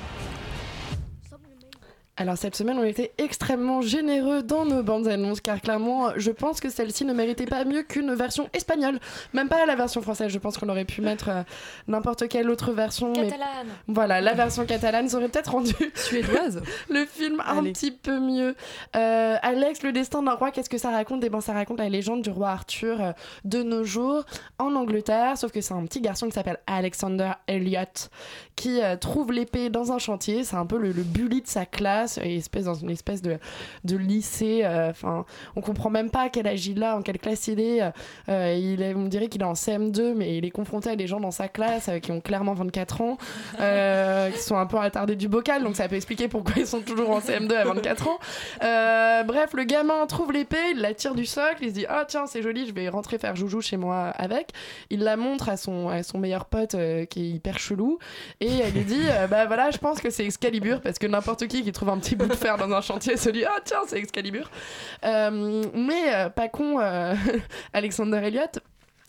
Alors cette semaine, on était extrêmement généreux dans nos bandes annonces car clairement, je pense que celle-ci ne méritait pas mieux qu'une version espagnole. Même pas la version française, je pense qu'on aurait pu mettre euh, n'importe quelle autre version. Catalane. Mais... Voilà, la version catalane, ça aurait peut-être rendu suédoise le film un Allez. petit peu mieux. Euh, Alex, le destin d'un roi, qu'est-ce que ça raconte? Eh ben, ça raconte la légende du roi Arthur euh, de nos jours en Angleterre, sauf que c'est un petit garçon qui s'appelle Alexander Elliot qui euh, trouve l'épée dans un chantier. C'est un peu le, le bully de sa classe, et espèce dans une espèce de, de lycée. Enfin, euh, on comprend même pas à quel âge il a, en quelle classe il est. Euh, il est on dirait qu'il est en C M deux, mais il est confronté à des gens dans sa classe euh, qui ont clairement vingt-quatre ans, euh, qui sont un peu attardés du bocal, donc ça peut expliquer pourquoi ils sont toujours en C M deux à vingt-quatre ans. Euh, bref, le gamin trouve l'épée, il la tire du socle, il se dit ah tiens c'est joli, je vais rentrer faire joujou chez moi avec. Il la montre à son, à son meilleur pote euh, qui est hyper chelou, et elle lui dit euh, bah voilà, je pense que c'est Excalibur, parce que n'importe qui qui trouve un petit bout de fer dans un chantier se dit ah tiens c'est Excalibur. Euh, mais euh, pas con, euh, Alexander Elliot,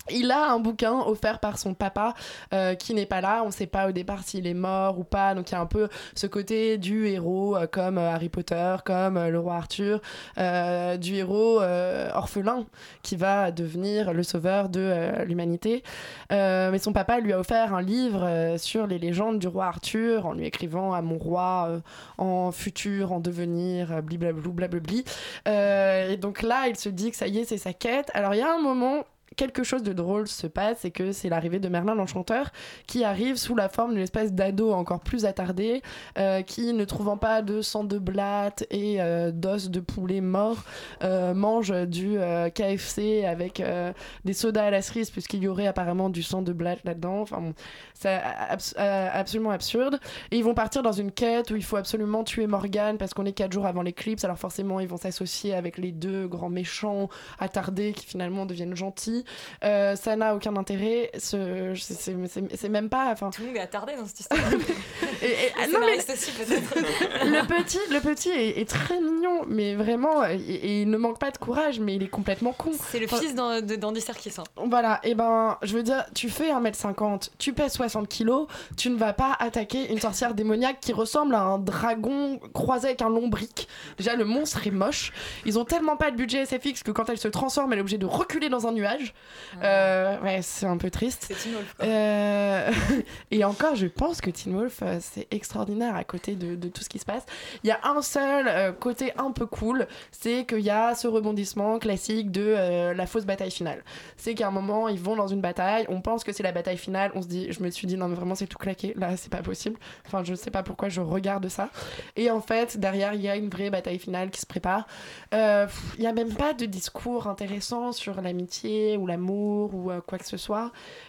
Il a un bouquin offert par son papa euh, qui n'est pas là. On ne sait pas au départ s'il est mort ou pas. Donc il y a un peu ce côté du héros euh, comme euh, Harry Potter, comme euh, le roi Arthur, euh, du héros euh, orphelin qui va devenir le sauveur de euh, l'humanité. Euh, mais son papa lui a offert un livre euh, sur les légendes du roi Arthur en lui écrivant à mon roi euh, en futur, en devenir, euh, bliblablou, blablabli. Euh, et donc là, il se dit que ça y est, c'est sa quête. Alors il y a un moment... Quelque chose de drôle se passe, c'est que c'est l'arrivée de Merlin l'Enchanteur qui arrive sous la forme d'une espèce d'ado encore plus attardé, euh, qui, ne trouvant pas de sang de blatte et euh, d'os de poulet mort, euh, mange du euh, K F C avec euh, des sodas à la cerise, puisqu'il y aurait apparemment du sang de blatte là-dedans. Enfin bon, c'est abs- absolument absurde. Et ils vont partir dans une quête où il faut absolument tuer Morgane parce qu'on est quatre jours avant l'éclipse, alors forcément ils vont s'associer avec les deux grands méchants attardés qui finalement deviennent gentils. Euh, ça n'a aucun intérêt. Ce, c'est, c'est, c'est, c'est même pas. Tout le monde est attardé dans cette histoire. et, et, non, mais aussi, peut-être. le petit, le petit est, est très mignon, mais vraiment, et, et il ne manque pas de courage, mais il est complètement con. C'est le enfin, fils d'An- de, d'Andy Serkis. Hein. Voilà, et ben, je veux dire, tu fais un mètre cinquante, tu pèses soixante kilos, tu ne vas pas attaquer une sorcière démoniaque qui ressemble à un dragon croisé avec un lombric. Déjà, le monstre est moche. Ils ont tellement pas de budget S F X que quand elle se transforme, elle est obligée de reculer dans un nuage. Euh, ouais, c'est un peu triste. C'est Teen Wolf. Euh, et encore, je pense que Teen Wolf, euh, c'est extraordinaire à côté de, de tout ce qui se passe. Il y a un seul euh, côté un peu cool, c'est qu'il y a ce rebondissement classique de euh, la fausse bataille finale. C'est qu'à un moment, ils vont dans une bataille, on pense que c'est la bataille finale, on se dit, je me suis dit, non mais vraiment c'est tout claqué, là c'est pas possible. Enfin, je sais pas pourquoi je regarde ça. Et en fait, derrière, il y a une vraie bataille finale qui se prépare. Euh, il n'y a même pas de discours intéressant sur l'amitié ou l'amour ou euh, quoi que ce soit.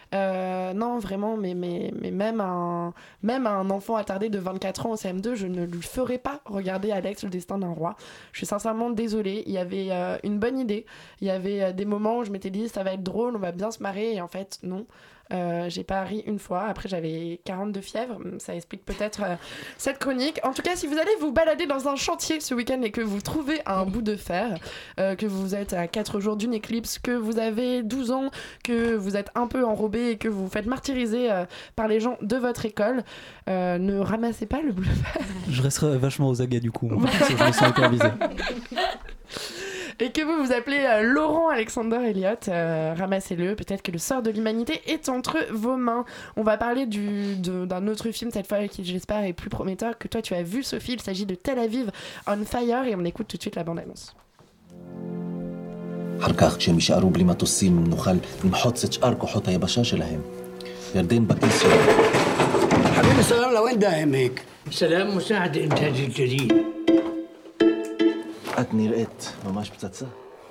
Euh, non, vraiment, mais, mais, mais même, un, même un enfant attardé de vingt-quatre ans au C M deux, je ne lui ferais pas regarder Alex, le destin d'un roi. Je suis sincèrement désolée. Il y avait euh, une bonne idée. Il y avait euh, des moments où je m'étais dit, ça va être drôle, on va bien se marrer. Et en fait, non. Euh, j'ai pas ri une fois. Après, j'avais quarante de fièvre. Ça explique peut-être euh, cette chronique. En tout cas, si vous allez vous balader dans un chantier ce week-end et que vous trouvez un bout de fer, euh, que vous êtes à quatre jours d'une éclipse, que vous avez douze ans, que vous êtes un peu enrobé et que vous vous faites martyriser euh, par les gens de votre école, euh, ne ramassez pas le bout de fer. Je resterai vachement aux aguets du coup, moi, parce que je me sens hyper visé. Et que vous vous appelez euh, Laurent Alexander Elliott, euh, ramassez-le, peut-être que le sort de l'humanité est entre vos mains. On va parler du, de, d'un autre film, cette fois qui j'espère est plus prometteur, que toi tu as vu Sophie, il s'agit de Tel Aviv on Fire, et on écoute tout de suite la bande-annonce. حركة أختي مش قاروا بلي ما تصين من نخل المحط ستشقار كحوطة يا بشاشة لهم يردين بكيسي حبيبي سلام لوين داهم هيك؟ سلام مساعد إنتاج الجديد قد نرقت ماماش بتتصل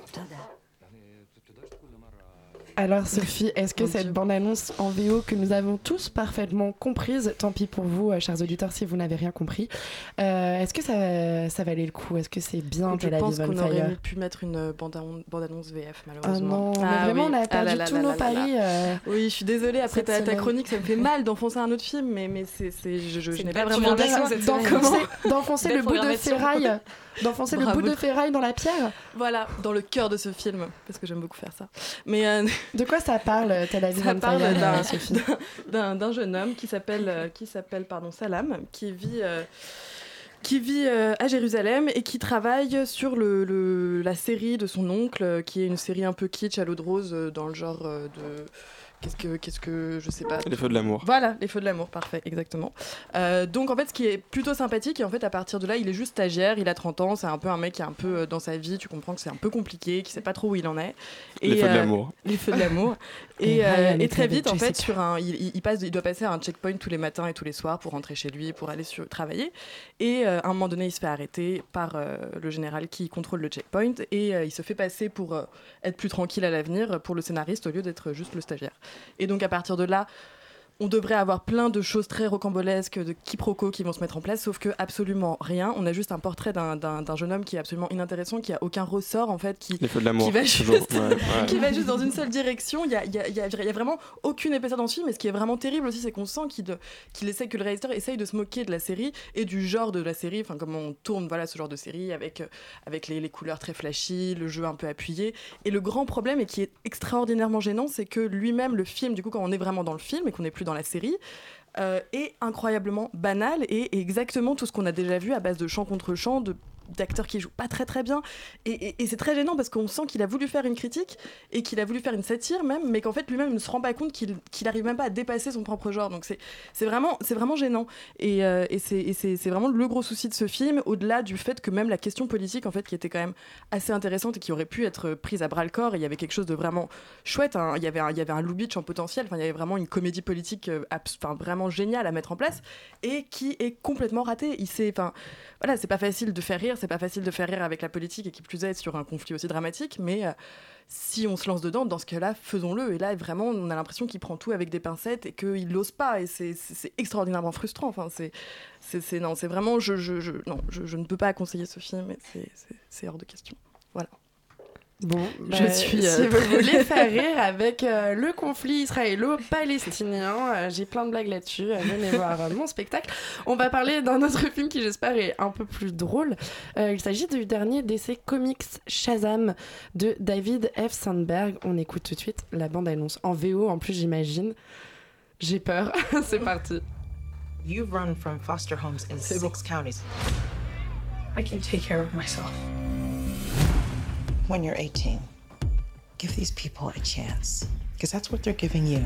Alors Sophie, est-ce que cette bande-annonce en V O que nous avons tous parfaitement comprise, tant pis pour vous, euh, chers auditeurs, si vous n'avez rien compris, euh, est-ce que ça, ça valait le coup? Est-ce que c'est bien Tel Aviv on Fire? Je pense qu'on aurait pu mettre une bande-annonce V F, malheureusement. Ah non, ah, mais vraiment, oui. on a perdu ah là tous là nos là paris. Là. Euh, oui, je suis désolée, après ta, ta chronique, ça me fait mal d'enfoncer un autre film, mais, mais c'est, c'est, je, je, je n'ai pas vraiment d'enfoncer, d'enfoncer le bout de ferraille. D'enfoncer Bravo. le bout de ferraille dans la pierre. Voilà, dans le cœur de ce film, parce que j'aime beaucoup faire ça. Mais euh... de quoi ça parle, Tel Aviv Ça parle Fire, d'un, Sophie d'un, d'un jeune homme qui s'appelle, euh, qui s'appelle pardon, Salam, qui vit, euh, qui vit euh, à Jérusalem et qui travaille sur le, le, la série de son oncle, qui est une série un peu kitsch à l'eau de rose, dans le genre euh, de... Qu'est-ce que, qu'est-ce que, je sais pas. Les feux de l'amour. Voilà, les feux de l'amour, parfait, exactement. Euh, donc en fait, ce qui est plutôt sympathique, et en fait, à partir de là, il est juste stagiaire, il a trente ans, c'est un peu un mec qui est un peu euh, dans sa vie, tu comprends que c'est un peu compliqué, qui sait pas trop où il en est. Et, les feux euh, de l'amour. Les feux de l'amour. et, euh, et très vite, en fait, sur un, il, il, passe, il doit passer à un checkpoint tous les matins et tous les soirs pour rentrer chez lui, pour aller sur, travailler. Et euh, à un moment donné, il se fait arrêter par euh, le général qui contrôle le checkpoint, et euh, il se fait passer pour euh, être plus tranquille à l'avenir pour le scénariste au lieu d'être juste le stagiaire. Et donc à partir de là, on devrait avoir plein de choses très rocambolesques, de quiproquos qui vont se mettre en place, sauf que absolument rien. On a juste un portrait d'un, d'un, d'un jeune homme qui est absolument inintéressant, qui a aucun ressort en fait, qui, Les feux de l'amour, qui, va, juste, toujours. Ouais, ouais. qui va juste dans une seule direction. Il y a, il y a, il y a, il y a vraiment aucune épaisseur dans ce film, et ce qui est vraiment terrible aussi, c'est qu'on sent qu'il, de, qu'il essaie, que le réalisateur essaye de se moquer de la série et du genre de la série, enfin comment on tourne voilà, ce genre de série avec, euh, avec les, les couleurs très flashy, le jeu un peu appuyé. Et le grand problème, et qui est extraordinairement gênant, c'est que lui-même, le film, du coup, quand on est vraiment dans le film et qu'on n'est plus dans la série, Euh, est incroyablement banal et, et exactement tout ce qu'on a déjà vu à base de chant contre chant, de d'acteurs qui jouent pas très très bien et, et, et c'est très gênant parce qu'on sent qu'il a voulu faire une critique et qu'il a voulu faire une satire même, mais qu'en fait lui-même il ne se rend pas compte qu'il qu'il arrive même pas à dépasser son propre genre, donc c'est c'est vraiment c'est vraiment gênant et, euh, et c'est et c'est c'est vraiment le gros souci de ce film, au-delà du fait que même la question politique en fait qui était quand même assez intéressante et qui aurait pu être prise à bras le corps, et il y avait quelque chose de vraiment chouette, hein. il y avait un, il y avait un Lubitsch en potentiel, enfin il y avait vraiment une comédie politique euh, abs- enfin vraiment géniale à mettre en place et qui est complètement ratée. Il s'est enfin voilà, c'est pas facile de faire rire, c'est pas facile de faire rire avec la politique et qui plus est sur un conflit aussi dramatique, mais euh, si on se lance dedans, dans ce cas-là, faisons-le. Et là, vraiment, on a l'impression qu'il prend tout avec des pincettes et qu'il n'ose pas, et c'est, c'est, c'est extraordinairement frustrant. Enfin, c'est, c'est, c'est, non, c'est vraiment, je, je, je, non, je, je ne peux pas conseiller ce film, et c'est, c'est, c'est hors de question. Voilà. Bon, bah, je suis. Si Euh... vous voulez faire rire avec euh, le conflit israélo-palestinien, euh, j'ai plein de blagues là-dessus. Euh, venez voir euh, mon spectacle. On va parler d'un autre film qui, j'espère, est un peu plus drôle. Euh, il s'agit du dernier d'essai comics Shazam de David F. Sandberg. On écoute tout de suite la bande-annonce en V O. En plus, j'imagine. J'ai peur. C'est parti. You've run from foster homes in six counties. I can take care of myself. When you're eighteen, give these people a chance, because that's what they're giving you.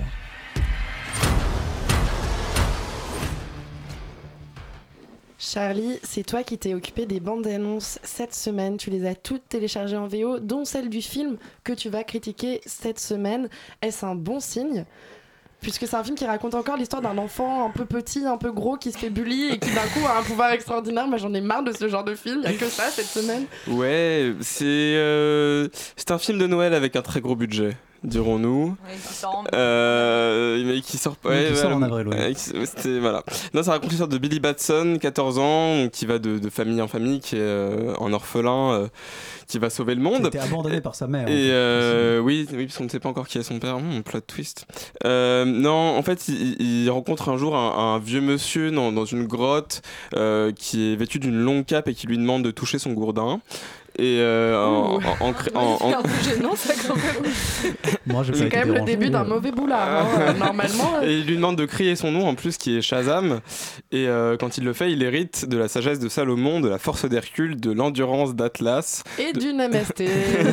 Charlie, c'est toi qui t'es occupé des bandes annonces cette semaine. Tu les as toutes téléchargées en V O, dont celle du film que tu vas critiquer cette semaine. Est-ce un bon signe ? Puisque c'est un film qui raconte encore l'histoire d'un enfant un peu petit, un peu gros, qui se fait bully et qui d'un coup a un pouvoir extraordinaire. Moi j'en ai marre de ce genre de film, il n'y a que ça cette semaine. Ouais, c'est, euh, c'est un film de Noël avec un très gros budget, dirons-nous. Ouais, qui sort en... Euh, mais qui sort pas. Oui, Ouais, qui voilà. sort en avril, ouais. Ouais, qui- c'était, voilà. Non, ça raconte l'histoire de Billy Batson, quatorze ans, donc, qui va de, de famille en famille, qui est euh, un orphelin, euh, qui va sauver le monde. Il a été abandonné par sa mère. Et en fait. euh, oui, oui, parce qu'on ne sait pas encore qui est son père. Hum, plot twist. Euh, non, en fait, il, il rencontre un jour un, un vieux monsieur dans, dans une grotte euh, qui est vêtu d'une longue cape et qui lui demande de toucher son gourdin. Et euh, en, en, en, en, C'est un peu gênant ça quand même. Moi, j'ai pas C'est été quand même le dérangé, début d'un euh. mauvais boulard, hein. Normalement. Et il lui demande de crier son nom en plus, qui est Shazam. Et euh, quand il le fait, il hérite de la sagesse de Salomon, de la force d'Hercule, de l'endurance d'Atlas. Et de... d'une M S T.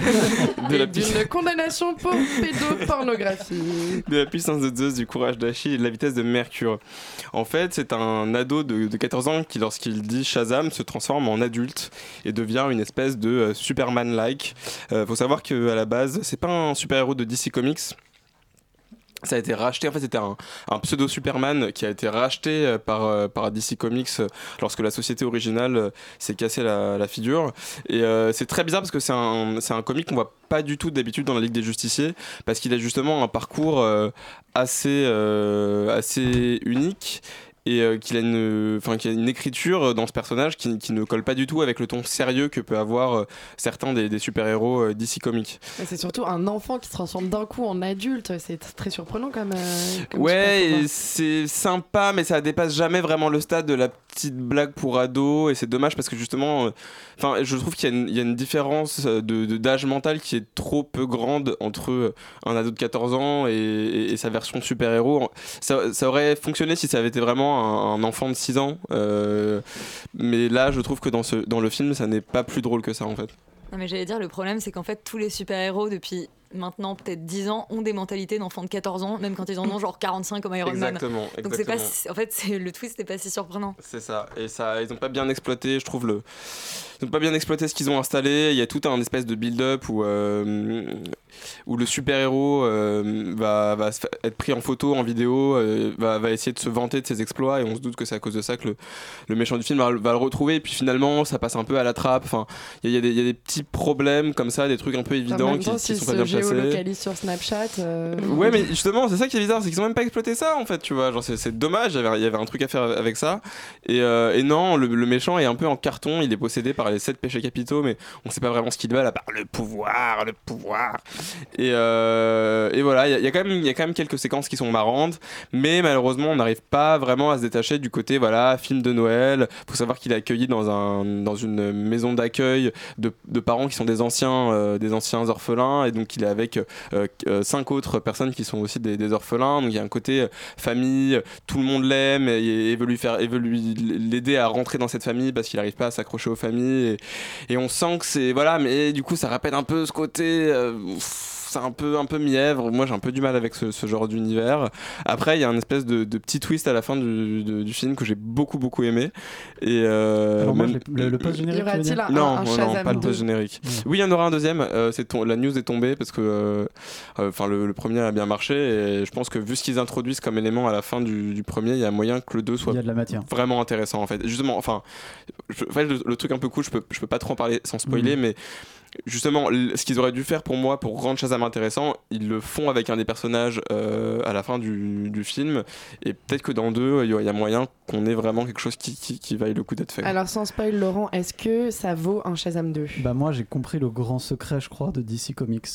de et la d'une puissance... condamnation pour pédopornographie. de la puissance de Zeus, du courage d'Achille et de la vitesse de Mercure. En fait, c'est un ado de, de quatorze ans qui, lorsqu'il dit Shazam, se transforme en adulte et devient une espèce de euh, Superman-like. Euh, faut savoir qu'à la base, c'est pas un super-héros de D C Comics. Ça a été racheté, en fait c'était un, un pseudo Superman qui a été racheté euh, par, euh, par D C Comics euh, lorsque la société originale euh, s'est cassée la, la figure. Et euh, c'est très bizarre parce que c'est un, c'est un comic qu'on voit pas du tout d'habitude dans la Ligue des Justiciers, parce qu'il a justement un parcours euh, assez, euh, assez unique. Et euh, qu'il a une, enfin qu'il a une écriture dans ce personnage qui, qui ne colle pas du tout avec le ton sérieux que peut avoir euh, certains des, des super-héros euh, D C Comics. Mais c'est surtout un enfant qui se transforme d'un coup en adulte. C'est t- très surprenant comme. Euh, comme Ouais, et c'est sympa, mais ça dépasse jamais vraiment le stade de la petite blague pour ado, et c'est dommage parce que justement, enfin, euh, je trouve qu'il y a une, il y a une différence de, de d'âge mental qui est trop peu grande entre un ado de quatorze ans et, et, et sa version super-héros. Ça, ça aurait fonctionné si ça avait été vraiment un, un enfant de six ans, euh, mais là, je trouve que dans, ce, dans le film, ça n'est pas plus drôle que ça en fait. Non mais j'allais dire, le problème c'est qu'en fait tous les super-héros depuis maintenant peut-être dix ans ont des mentalités d'enfants de quatorze ans, même quand ils en ont genre quarante-cinq comme Iron Man. Exactement, exactement. Donc c'est pas si, en fait c'est, le twist n'est pas si surprenant. C'est ça, et ça, ils n'ont pas bien exploité, je trouve, le... Ils ils ont pas bien exploité ce qu'ils ont installé. Il y a tout un espèce de build-up où, euh, où le super-héros euh, va, va être pris en photo, en vidéo, euh, va, va essayer de se vanter de ses exploits, et on se doute que c'est à cause de ça que le, le méchant du film va, va le retrouver. Et puis finalement, ça passe un peu à la trappe. Enfin, il y, y, y a des petits problèmes comme ça, des trucs un peu évidents en qui, temps, qui si sont pas bien placés. géolocalise sur Snapchat. Euh... Ouais, mais justement, c'est ça qui est bizarre, c'est qu'ils ont même pas exploité ça en fait, tu vois. Genre, c'est, c'est dommage, il y, avait, il y avait un truc à faire avec ça. Et, euh, et non, le, le méchant est un peu en carton, il est possédé par les sept péchés capitaux, mais on sait pas vraiment ce qu'il veut, à part le pouvoir, le pouvoir. Et, euh, et voilà, il y, y, a quand même, y a quand même quelques séquences qui sont marrantes, mais malheureusement, on n'arrive pas vraiment à se détacher du côté, voilà, film de Noël. Faut savoir qu'il est accueilli dans, un, dans une maison d'accueil de, de parents qui sont des anciens, euh, des anciens orphelins, et donc il est avec euh, euh, cinq autres personnes qui sont aussi des, des orphelins. Donc il y a un côté euh, famille, tout le monde l'aime et, et veut lui faire, et veut lui l'aider à rentrer dans cette famille parce qu'il n'arrive pas à s'accrocher aux familles. Et, et on sent que c'est voilà, mais du coup ça rappelle un peu ce côté. Euh, c'est un peu, un peu mièvre. Moi, j'ai un peu du mal avec ce, ce genre d'univers. Après, il y a un espèce de, de petit twist à la fin du, de, du film que j'ai beaucoup, beaucoup aimé. Et euh, Alors moi, même... le, le post-générique, y aura-t-il un, non, un, un non, pas le post-générique. Ouais. Oui, il y en aura un deuxième. Euh, c'est ton... La news est tombée parce que enfin, euh, le, le premier a bien marché. Et je pense que vu ce qu'ils introduisent comme élément à la fin du, du premier, il y a moyen que le deux soit il y a de la matière. Vraiment intéressant, en fait. Justement, enfin, je... en fait, le, le truc un peu cool, je peux, je peux pas trop en parler sans spoiler, mmh. mais justement, ce qu'ils auraient dû faire pour moi, pour rendre Shazam intéressant, ils le font avec un des personnages euh, à la fin du, du film, et peut-être que dans deux, il y a moyen qu'on ait vraiment quelque chose qui, qui, qui vaille le coup d'être fait. Alors sans spoil, Laurent, est-ce que ça vaut un Shazam deux ? Bah moi j'ai compris le grand secret, je crois, de D C Comics.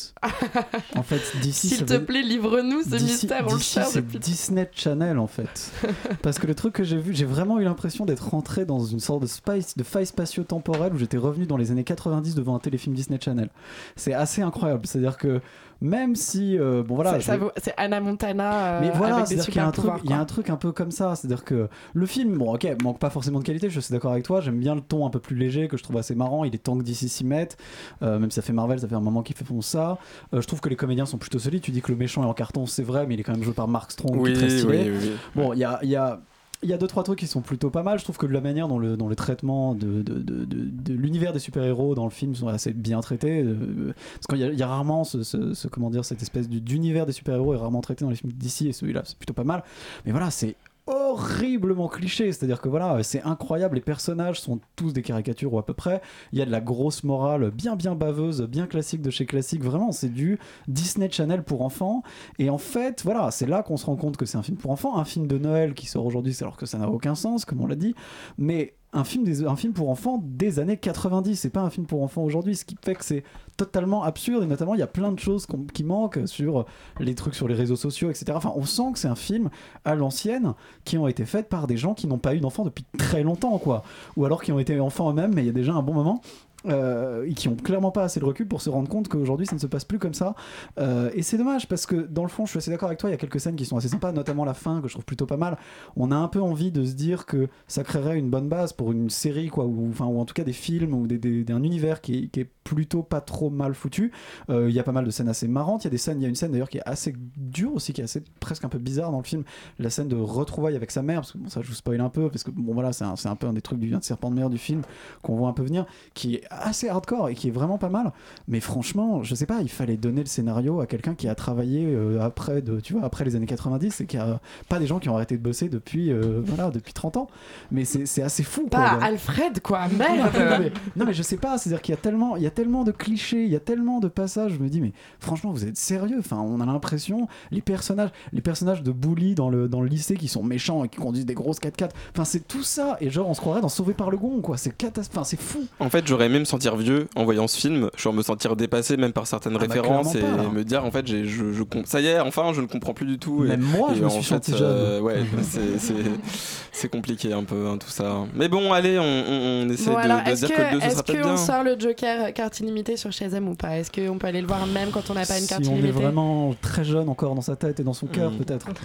En fait, D C, s'il te veut... plaît, livre-nous ce D C, mystère, on D C, le cherche c'est depuis... Disney Channel en fait. Parce que le truc que j'ai vu, j'ai vraiment eu l'impression d'être rentré dans une sorte de, spice, de faille spatio-temporelle où j'étais revenu dans les années quatre-vingt-dix devant un téléfilm Disney Channel. C'est assez incroyable, c'est-à-dire que même si euh, bon voilà, ça, ça vaut, c'est Anna Montana euh, mais voilà, avec des super qu'il y a un pouvoirs, truc, il y a un truc un peu comme ça, c'est-à-dire que le film, bon ok, manque pas forcément de qualité, je suis d'accord avec toi, j'aime bien le ton un peu plus léger que je trouve assez marrant, il est temps que D C s'y mette, euh, même si ça fait Marvel, ça fait un moment qu'ils font ça. Euh, je trouve que les comédiens sont plutôt solides. Tu dis que le méchant est en carton, c'est vrai, mais il est quand même joué par Mark Strong, oui, qui est très stylé. Oui, oui. Bon, il y a, y a Il y a deux trois trucs qui sont plutôt pas mal. Je trouve que la manière dont le, dont le traitement de, de, de, de, de l'univers des super-héros dans le film sont assez bien traités. Euh, parce qu'il y a, il y a rarement ce, ce, ce, comment dire, cette espèce d'univers des super-héros est rarement traité dans les films d'ici, et celui-là c'est plutôt pas mal. Mais voilà, c'est horriblement cliché, c'est-à-dire que voilà, c'est incroyable, les personnages sont tous des caricatures ou à peu près, il y a de la grosse morale bien bien baveuse, bien classique de chez classique, vraiment c'est du Disney Channel pour enfants, et en fait voilà, c'est là qu'on se rend compte que c'est un film pour enfants, un film de Noël qui sort aujourd'hui, alors que ça n'a aucun sens comme on l'a dit, mais un film, des, un film pour enfants des années quatre-vingt-dix, c'est pas un film pour enfants aujourd'hui, ce qui fait que c'est totalement absurde, et notamment il y a plein de choses qui manquent sur les trucs sur les réseaux sociaux, et cetera. Enfin, on sent que c'est un film à l'ancienne qui ont été faits par des gens qui n'ont pas eu d'enfants depuis très longtemps, quoi, ou alors qui ont été enfants eux-mêmes, mais il y a déjà un bon moment. Euh, et qui ont clairement pas assez de recul pour se rendre compte qu'aujourd'hui ça ne se passe plus comme ça, euh, et c'est dommage parce que dans le fond je suis assez d'accord avec toi, il y a quelques scènes qui sont assez sympas, notamment la fin que je trouve plutôt pas mal. On a un peu envie de se dire que ça créerait une bonne base pour une série, quoi, ou, enfin, ou en tout cas des films ou des, des, des, un univers qui est, qui est plutôt pas trop mal foutu. Il euh, y a pas mal de scènes assez marrantes, il y a des scènes, il y a une scène d'ailleurs qui est assez dure aussi, qui est assez presque un peu bizarre dans le film, la scène de retrouvailles avec sa mère, parce que bon, ça je vous spoil un peu parce que bon voilà, c'est un, c'est un peu un des trucs du serpent de mer du film qu'on voit un peu venir, qui est assez hardcore et qui est vraiment pas mal, mais franchement je sais pas, il fallait donner le scénario à quelqu'un qui a travaillé euh, après, de, tu vois, après les années quatre-vingt-dix, et qui a pas des gens qui ont arrêté de bosser depuis, euh, voilà, depuis trente ans, mais c'est, c'est assez fou, quoi. Pas Alfred, quoi, merde. non, mais, non mais je sais pas, c'est à dire qu'il y a tellement, il y a tellement de clichés, il y a tellement de passages, je me dis mais franchement vous êtes sérieux, enfin on a l'impression, les personnages les personnages de bully dans le, dans le lycée qui sont méchants et qui conduisent des grosses quatre-quatre, enfin c'est tout ça, et genre on se croirait dans Sauvé par le Gond, quoi, c'est catastrophe, c'est fou. En fait j'aurais aimé me sentir vieux en voyant ce film, genre me sentir dépassé même par certaines ah références, bah, et pas, me dire en fait j'ai, je, je, ça y est, enfin je ne comprends plus du tout. Même et, moi et je me suis senti jeune. Euh, ouais, c'est, c'est, c'est compliqué un peu hein, tout ça. Mais bon allez, on, on, on essaie bon, de, alors, de dire que, que le deux ce sera peut-être bien. Est-ce qu'on sort le Joker carte illimitée sur Shazam ou pas ? Est-ce qu'on peut aller le voir même quand on n'a pas une carte si illimitée ? Si on est vraiment très jeune encore dans sa tête et dans son cœur, mmh. peut-être. Mmh,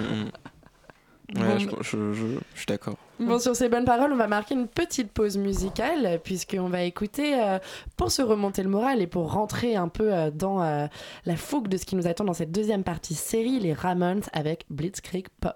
mmh. Ouais, bon. je, je, je, je suis d'accord. Bon, sur ces bonnes paroles, on va marquer une petite pause musicale, puisqu'on va écouter, euh, pour se remonter le moral et pour rentrer un peu euh, dans euh, la fougue de ce qui nous attend dans cette deuxième partie série, les Ramones avec Blitzkrieg Pop.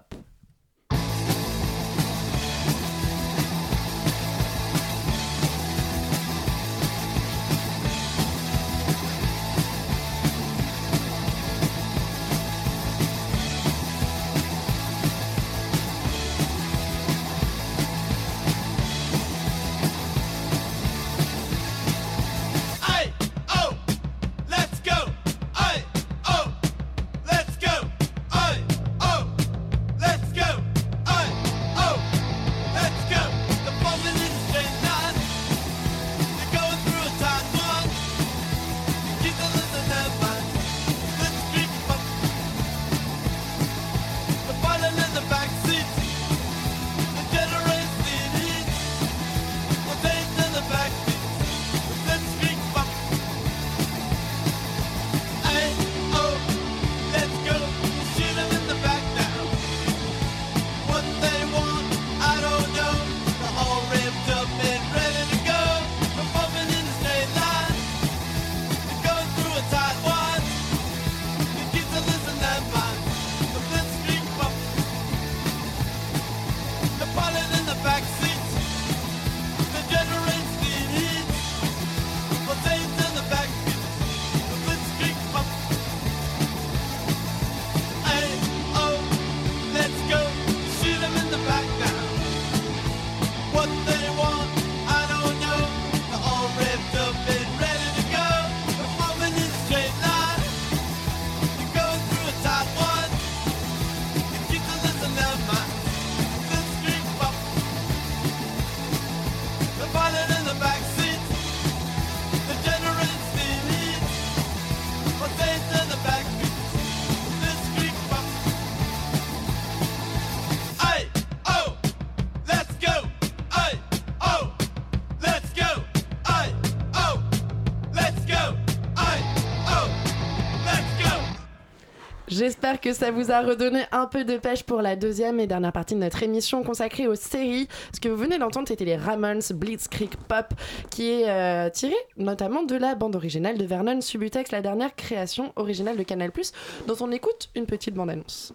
J'espère que ça vous a redonné un peu de pêche pour la deuxième et dernière partie de notre émission consacrée aux séries. Ce que vous venez d'entendre, c'était les Ramones Blitzkrieg Pop, qui est euh, tiré notamment de la bande originale de Vernon Subutex, la dernière création originale de Canal+, dont on écoute une petite bande-annonce.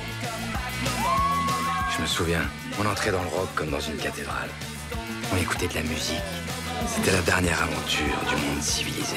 Je me souviens, on entrait dans le rock comme dans une cathédrale. On écoutait de la musique. C'était la dernière aventure du monde civilisé.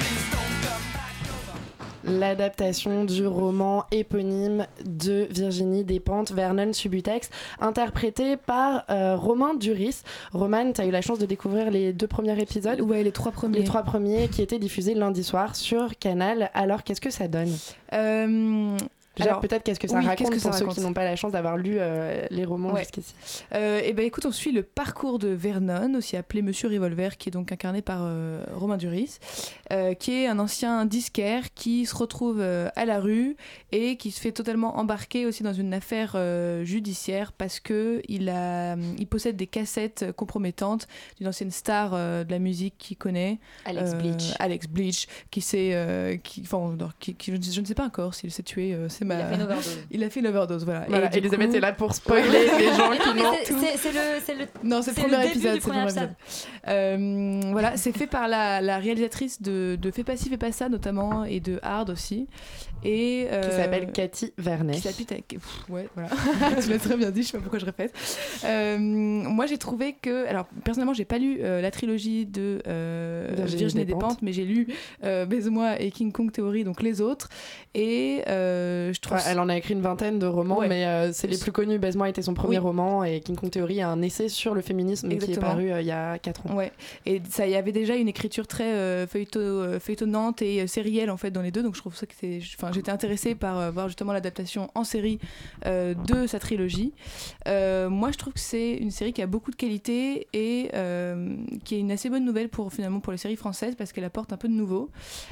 L'adaptation du roman éponyme de Virginie Despentes, Vernon Subutex, interprété par euh, Romain Duris. Roman, tu as eu la chance de découvrir les deux premiers épisodes. Ouais, les trois premiers. Les trois premiers qui étaient diffusés lundi soir sur Canal. Alors, qu'est-ce que ça donne euh... Déjà, Alors, peut-être qu'est-ce que ça oui, raconte que ça pour raconte ceux qui n'ont pas la chance d'avoir lu euh, les romans ouais. jusqu'ici. Euh, et ben écoute, on suit le parcours de Vernon, aussi appelé Monsieur Revolver, qui est donc incarné par euh, Romain Duris, euh, qui est un ancien disquaire qui se retrouve euh, à la rue et qui se fait totalement embarquer aussi dans une affaire euh, judiciaire parce que il a, il possède des cassettes compromettantes d'une ancienne star euh, de la musique qu'il connaît, Alex euh, Bleach. Alex Bleach, qui s'est, euh, qui, enfin, qui, qui, je ne sais pas encore s'il s'est tué. Euh, c'est Il a fait une overdose. Il a fait une overdose, voilà. voilà et Elisabeth coup... est là pour spoiler les gens qui n'ont c'est, c'est, c'est le, c'est le, non, c'est, c'est le premier le épisode. début du c'est premier le premier épisode. Euh, voilà, c'est fait par la, la réalisatrice de, de Fais pas ci, fais pas ça notamment, et de Hard aussi. Et, euh, qui s'appelle Cathy Vernet. Qui s'appelle... Pff, ouais, voilà. Tu l'as très bien dit, je sais pas pourquoi je répète. Euh, moi, j'ai trouvé que... Alors, personnellement, j'ai pas lu euh, la trilogie de euh, Virginie, Virginie Despentes, mais j'ai lu euh, Baise-moi et King Kong Theory, donc les autres. Et euh, je trouve... Ouais, elle en a écrit une vingtaine de romans, ouais. mais euh, c'est les plus connus. Baise-moi était son premier oui. roman, et King Kong Theory a un essai sur le féminisme Exactement. qui est paru euh, il y a quatre ans. Ouais. Et ça, il y avait déjà une écriture très euh, feuilleton, euh, feuilletonnante et euh, sérielle, en fait, dans les deux, donc je trouve ça que c'est... Enfin, j'étais intéressée par euh, voir justement l'adaptation en série euh, de sa trilogie. Euh, moi, je trouve que c'est une série qui a beaucoup de qualité et euh, qui est une assez bonne nouvelle pour, finalement, pour les séries françaises parce qu'elle apporte un peu de nouveau.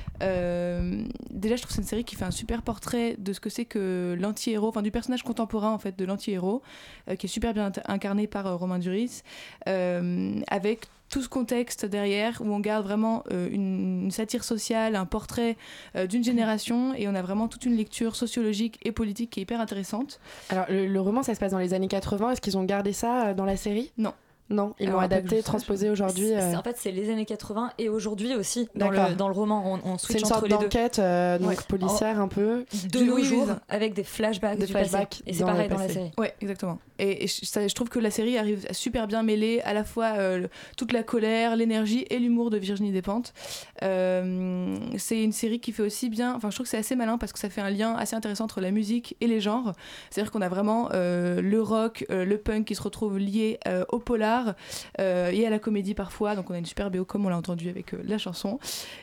Euh, déjà, je trouve que c'est une série qui fait un super portrait de ce que c'est que l'anti-héros, enfin du personnage contemporain en fait de l'anti-héros, euh, qui est super bien incarné par euh, Romain Duris, euh, avec tout ce contexte derrière où on garde vraiment euh, une, une satire sociale, un portrait euh, d'une génération et on a vraiment toute une lecture sociologique et politique qui est hyper intéressante. Alors le, le roman ça se passe dans les années quatre-vingts, est-ce qu'ils ont gardé ça euh, dans la série ? Non. Non, ils l'ont adapté, transposé aujourd'hui. C'est, euh... en fait, c'est les années quatre-vingts et aujourd'hui aussi dans le, dans le roman. On, on switch entre les deux. C'est une sorte d'enquête euh, donc ouais. policière en, un peu. De nos oui, jours, oui. avec des flashbacks des du flashbacks passé. Et c'est pareil dans la série. Ouais, exactement. Et, et ça, je trouve que la série arrive à super bien mêler à la fois euh, toute la colère, l'énergie et l'humour de Virginie Despentes. Euh, c'est une série qui fait aussi bien... Enfin, je trouve que c'est assez malin parce que ça fait un lien assez intéressant entre la musique et les genres. C'est-à-dire qu'on a vraiment euh, le rock, euh, le punk qui se retrouvent liés euh, au polar euh, et à la comédie parfois. Donc on a une super B O comme on l'a entendu avec euh, la chanson.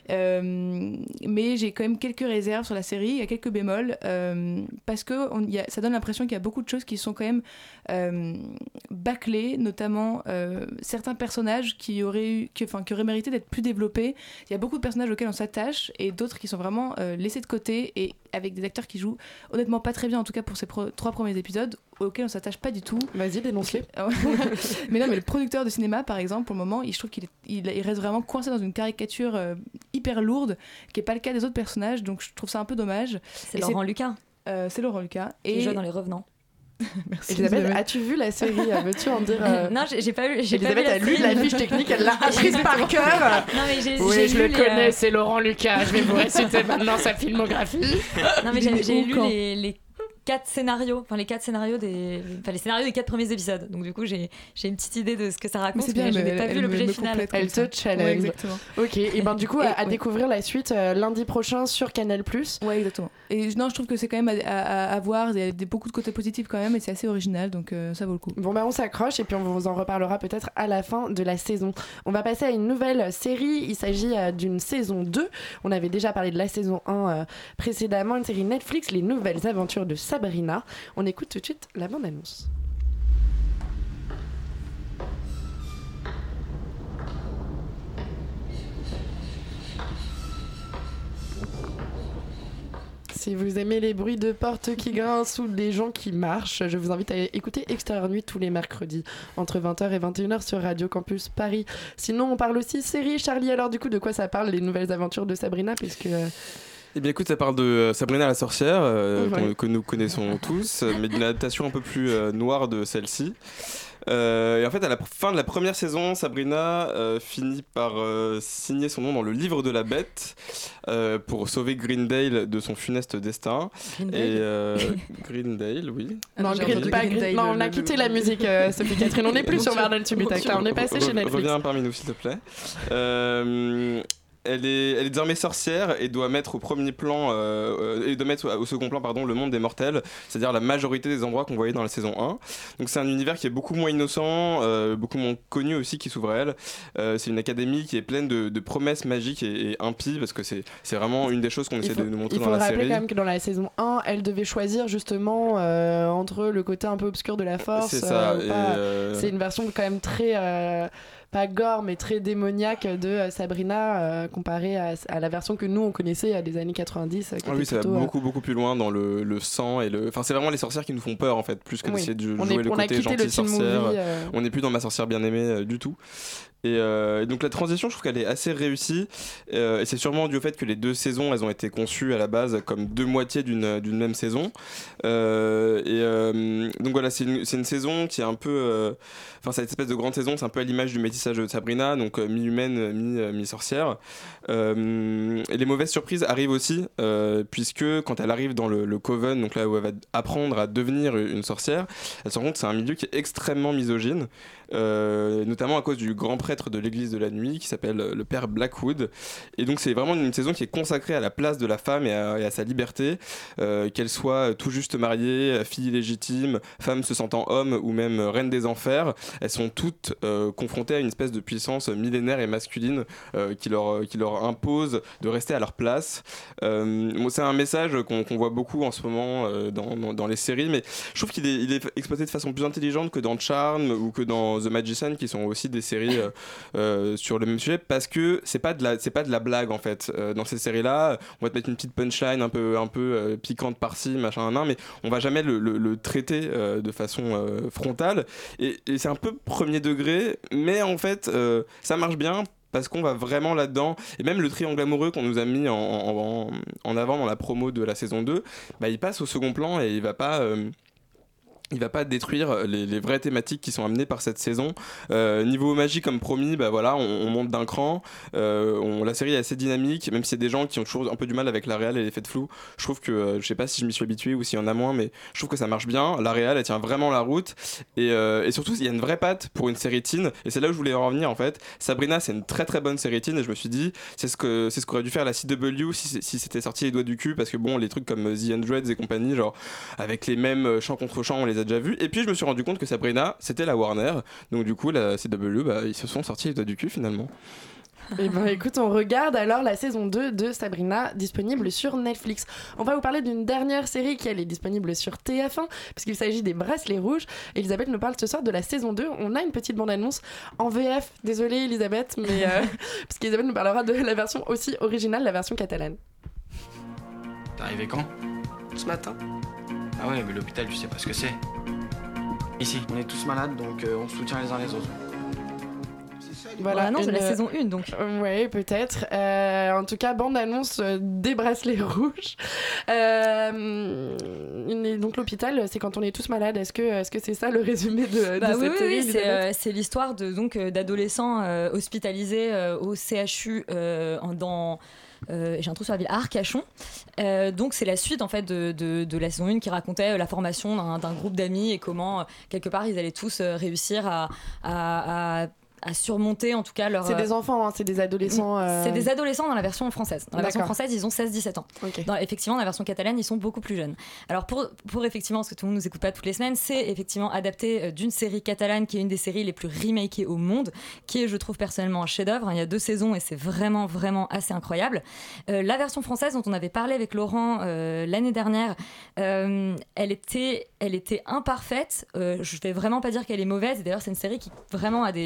Euh, mais j'ai quand même quelques réserves sur la série. Il y a quelques bémols euh, parce que on, y a, ça donne l'impression qu'il y a beaucoup de choses qui sont quand même Euh, bâclés, notamment euh, certains personnages qui auraient, eu, qui, enfin, qui auraient mérité d'être plus développés. Il y a beaucoup de personnages auxquels on s'attache et d'autres qui sont vraiment euh, laissés de côté et avec des acteurs qui jouent honnêtement pas très bien, en tout cas pour ces pro- trois premiers épisodes, auxquels on s'attache pas du tout. Vas-y, dénonce-les. Mais non, mais le producteur de cinéma, par exemple, pour le moment, il, je trouve qu'il est, il, il reste vraiment coincé dans une caricature euh, hyper lourde, qui est pas le cas des autres personnages, donc je trouve ça un peu dommage. C'est et Laurent c'est, Lucas. Euh, c'est Laurent Lucas. Qui et joue dans Les Revenants. Merci. Elisabeth, as-tu vu la série ? Veux-tu en dire euh... Non, j'ai, j'ai pas vu. J'ai Elisabeth pas a lu la fiche technique, elle l'a apprise par cœur. Non, mais j'ai, oui, j'ai je lu le les, connais, euh... c'est Laurent Lucas. Je vais vous réciter maintenant sa filmographie. Non, mais j'ai, j'ai lu les, les quatre scénarios, enfin les quatre scénarios des, enfin les scénarios des quatre premiers épisodes. Donc du coup, j'ai, j'ai une petite idée de ce que ça raconte, mais, c'est bien, mais je n'ai pas vu l'objet final. Elle te challenge. Ouais, exactement. Ok, et ben du coup, et, à, à ouais. découvrir la suite euh, lundi prochain sur Canal plus. Ouais, exactement. Et non, je trouve que c'est quand même à, à, à voir. Il y a des, beaucoup de côtés positifs quand même, et c'est assez original, donc euh, ça vaut le coup. Bon ben on s'accroche et puis on vous en reparlera peut-être à la fin de la saison. On va passer à une nouvelle série. Il s'agit euh, d'une saison deux. On avait déjà parlé de la saison un euh, précédemment, une série Netflix, Les Nouvelles Aventures de Sabrina. On écoute tout de suite la bande-annonce. Si vous aimez les bruits de portes qui grincent ou des gens qui marchent, je vous invite à écouter Extérieur Nuit tous les mercredis entre vingt heures et vingt et une heures sur Radio Campus Paris. Sinon, on parle aussi série. Charlie, alors du coup, de quoi ça parle, Les Nouvelles Aventures de Sabrina, puisque... Eh bien écoute, ça parle de Sabrina la sorcière, euh, Ouais. que nous connaissons tous, mais d'une adaptation un peu plus euh, noire de celle-ci. Euh, et en fait, à la fin de la première saison, Sabrina euh, finit par euh, signer son nom dans le livre de la bête euh, pour sauver Greendale de son funeste destin. Greendale Et euh, Greendale, oui. Non, j'ai Green- entendu pas Green Green- Day, non, le- on a le- quitté le- la musique, euh, Sophie Catherine. On n'est plus sur Marvel Tubitak, là, on est passé chez Re- Netflix. Reviens parmi nous, s'il te plaît. Euh, Elle est, elle est désormais sorcière et doit mettre au premier plan, euh, et doit mettre au second plan pardon, le monde des mortels, c'est-à-dire la majorité des endroits qu'on voyait dans la saison un. Donc c'est un univers qui est beaucoup moins innocent, euh, beaucoup moins connu aussi qui s'ouvre à elle. Euh, c'est une académie qui est pleine de, de promesses magiques et, et impies parce que c'est, c'est vraiment une des choses qu'on essaie faut, de nous montrer il faut dans la rappeler série. quand même que dans la saison un, elle devait choisir justement euh, entre le côté un peu obscur de la force. C'est ça, euh, ou et pas. euh, C'est une version quand même très. Euh, pas gore, mais très démoniaque de euh, Sabrina euh, comparée à, à la version que nous on connaissait à des années quatre-vingt-dix. Ah oui, ça va plutôt, beaucoup beaucoup plus loin dans le, le sang et le. Enfin, c'est vraiment les sorcières qui nous font peur en fait, plus que Oui. d'essayer de On jouer est- le on a côté quitté le gentil teen sorcière. movie, euh. On n'est plus dans ma sorcière bien aimée euh, du tout. Et, euh, et donc la transition, je trouve qu'elle est assez réussie. Euh, et c'est sûrement dû au fait que les deux saisons, elles ont été conçues à la base comme deux moitiés d'une d'une même saison. Euh, et euh, donc voilà, c'est une, c'est une saison qui est un peu. euh, Enfin, cette espèce de grande saison, c'est un peu à l'image du métissage de Sabrina, donc euh, mi-humaine, mi, euh, mi-sorcière. Euh, et les mauvaises surprises arrivent aussi, euh, puisque quand elle arrive dans le, le Coven, donc là où elle va apprendre à devenir une sorcière, elle se rend compte que c'est un milieu qui est extrêmement misogyne, euh, notamment à cause du grand prêtre de l'église de la nuit qui s'appelle le père Blackwood. Et donc c'est vraiment une saison qui est consacrée à la place de la femme et à, et à sa liberté, euh, qu'elle soit tout juste mariée, fille légitime, femme se sentant homme ou même reine des enfers. Elles sont toutes euh, confrontées à une espèce de puissance millénaire et masculine euh, qui, leur, qui leur impose de rester à leur place. Euh, bon, c'est un message qu'on, qu'on voit beaucoup en ce moment euh, dans, dans, dans les séries, mais je trouve qu'il est, il est exploité de façon plus intelligente que dans Charmed ou que dans The Magician, qui sont aussi des séries euh, euh, sur le même sujet, parce que c'est pas de la, c'est pas de la blague en fait. Euh, dans ces séries-là, on va te mettre une petite punchline un peu, un peu euh, piquante par-ci, machin, nan, mais on va jamais le, le, le traiter euh, de façon euh, frontale. Et, et c'est un peu premier degré, mais en fait, euh, ça marche bien parce qu'on va vraiment là-dedans. Et même le triangle amoureux qu'on nous a mis en, en, en avant dans la promo de la saison deux, bah, il passe au second plan et il va pas... Euh, il va pas détruire les, les vraies thématiques qui sont amenées par cette saison. Euh, niveau magie, comme promis, bah voilà, on, on monte d'un cran. Euh, on, la série est assez dynamique, même s'il y a des gens qui ont toujours un peu du mal avec la réal et l'effet de flou. Je trouve que, euh, je sais pas si je m'y suis habitué ou s'il y en a moins, mais je trouve que ça marche bien. La réal, elle tient vraiment la route. Et, euh, et surtout, il y a une vraie patte pour une série teen. Et c'est là où je voulais en revenir en fait. Sabrina, c'est une très très bonne série teen. Et je me suis dit, c'est ce que c'est ce qu'aurait dû faire la C W si, si c'était sorti les doigts du cul. Parce que bon, les trucs comme The Hundreds et compagnie, genre avec les mêmes chants contre chants, on les a déjà vus. Et puis je me suis rendu compte que Sabrina, c'était la Warner. Donc du coup, la C W, bah, ils se sont sortis les doigts du cul finalement. Et ben écoute, on regarde alors la saison deux de Sabrina, disponible sur Netflix. On va vous parler d'une dernière série qui elle est disponible sur T F un, puisqu'il s'agit des Bracelets Rouges. Elisabeth nous parle ce soir de la saison deux. On a une petite bande-annonce en V F. Désolée Elisabeth, mais euh, parce qu'Elisabeth nous parlera de la version aussi originale, la version catalane. T'es arrivé quand? Ce matin. Ah ouais, mais l'hôpital, tu sais pas ce que c'est. Ici, on est tous malades, donc euh, on se soutient les uns les autres. Voilà, non, une... c'est la saison un donc. Euh, ouais, peut-être. Euh, en tout cas, bande-annonce euh, des Bracelets Rouges. Euh, une- donc l'hôpital, c'est quand on est tous malades. Est-ce que est-ce que c'est ça le résumé de, Bah de oui, cette oui, série, oui, c'est, Elisabeth euh, c'est l'histoire de, donc, euh, d'adolescents euh, hospitalisés euh, au C H U euh, en- dans... Euh, j'ai un trou sur la ville, à Arcachon. Euh, donc c'est la suite en fait de, de, de la saison un qui racontait la formation d'un, d'un groupe d'amis et comment, euh, quelque part, ils allaient tous euh, réussir à... à, à à surmonter en tout cas leur... C'est des enfants, hein, c'est des adolescents. Euh... C'est des adolescents dans la version française. Dans la version D'accord. française, ils ont seize dix-sept ans. Okay. Dans, effectivement, dans la version catalane, ils sont beaucoup plus jeunes. Alors pour, pour effectivement, parce que tout le monde nous écoute pas toutes les semaines, c'est effectivement adapté euh, d'une série catalane qui est une des séries les plus remakées au monde, qui est, je trouve personnellement, un chef-d'œuvre. Il y a deux saisons et c'est vraiment, vraiment assez incroyable. Euh, la version française dont on avait parlé avec Laurent euh, l'année dernière, euh, elle était, elle était imparfaite. Euh, je vais vraiment pas dire qu'elle est mauvaise. Et d'ailleurs, c'est une série qui vraiment a des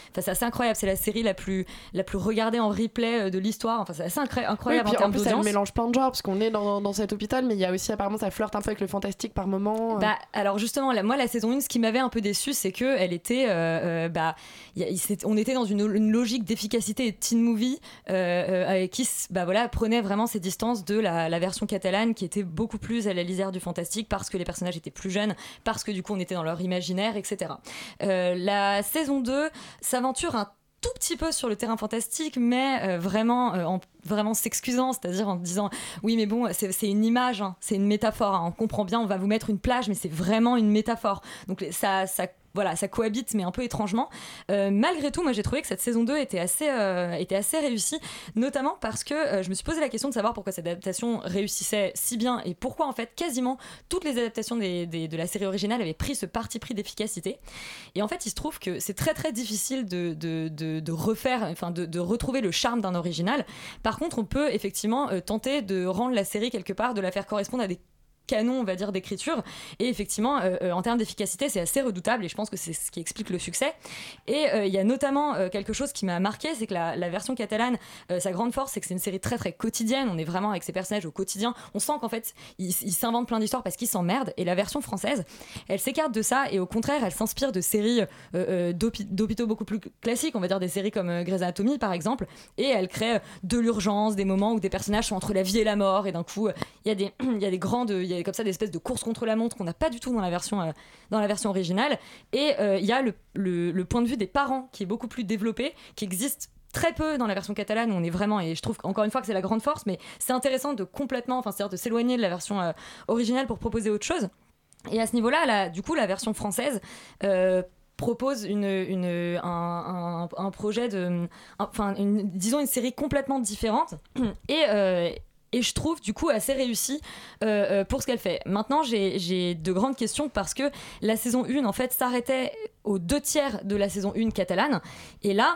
enfin, c'est assez incroyable. C'est la série la plus, la plus regardée en replay de l'histoire. Enfin, c'est assez incroyable, incroyable oui, en termes plus, d'audience. Elle mélange plein de genres parce qu'on est dans, dans cet hôpital, mais il y a aussi apparemment ça flirte un peu avec le fantastique par moment. Bah, alors justement, la, moi la saison un, ce qui m'avait un peu déçue, c'est que elle était, euh, euh, bah, y a, y, on était dans une, une logique d'efficacité et de teen movie euh, euh, qui, bah voilà, prenait vraiment ses distances de la, la version catalane qui était beaucoup plus à la lisière du fantastique parce que les personnages étaient plus jeunes, parce que du coup on était dans leur imaginaire, et cetera. Euh, la saison deux s'aventure un tout petit peu sur le terrain fantastique, mais euh, vraiment, euh, en vraiment s'excusant, c'est-à-dire en disant oui mais bon c'est, c'est une image, hein, c'est une métaphore, hein, on comprend bien, on va vous mettre une plage mais c'est vraiment une métaphore, donc ça, ça voilà, ça cohabite mais un peu étrangement. Euh, malgré tout, moi j'ai trouvé que cette saison deux était assez, euh, était assez réussie, notamment parce que euh, je me suis posé la question de savoir pourquoi cette adaptation réussissait si bien et pourquoi en fait quasiment toutes les adaptations des, des, de la série originale avaient pris ce parti pris d'efficacité. Et en fait il se trouve que c'est très très difficile de, de, de, de refaire, enfin de, de retrouver le charme d'un original. Par contre on peut effectivement euh, tenter de rendre la série quelque part, de la faire correspondre à des canon, on va dire, d'écriture, et effectivement euh, euh, en termes d'efficacité c'est assez redoutable et je pense que c'est ce qui explique le succès. Et il euh, y a notamment euh, quelque chose qui m'a marqué, c'est que la, la version catalane, euh, sa grande force c'est que c'est une série très très quotidienne, on est vraiment avec ces personnages au quotidien, on sent qu'en fait ils, ils s'inventent plein d'histoires parce qu'ils s'emmerdent, et la version française elle s'écarte de ça et au contraire elle s'inspire de séries euh, euh, d'hôpi- d'hôpitaux beaucoup plus classiques, on va dire des séries comme euh, Grey's Anatomy par exemple, et elle crée euh, de l'urgence, des moments où des personnages sont entre la vie et la mort, et d'un coup il euh, y a des il y a des grandes y a comme ça des espèces de courses contre la montre qu'on n'a pas du tout dans la version, euh, dans la version originale. Et il euh, y a le, le, le point de vue des parents qui est beaucoup plus développé, qui existe très peu dans la version catalane, où on est vraiment, et je trouve encore une fois que c'est la grande force, mais c'est intéressant de complètement, enfin c'est-à-dire de s'éloigner de la version euh, originale pour proposer autre chose. Et à ce niveau-là, la, du coup, la version française euh, propose une, une, un, un, un projet de, enfin, une, disons une série complètement différente et euh, Et je trouve du coup assez réussi euh, pour ce qu'elle fait. Maintenant, j'ai, j'ai de grandes questions parce que la saison un, en fait, s'arrêtait aux deux tiers de la saison un catalane. Et là,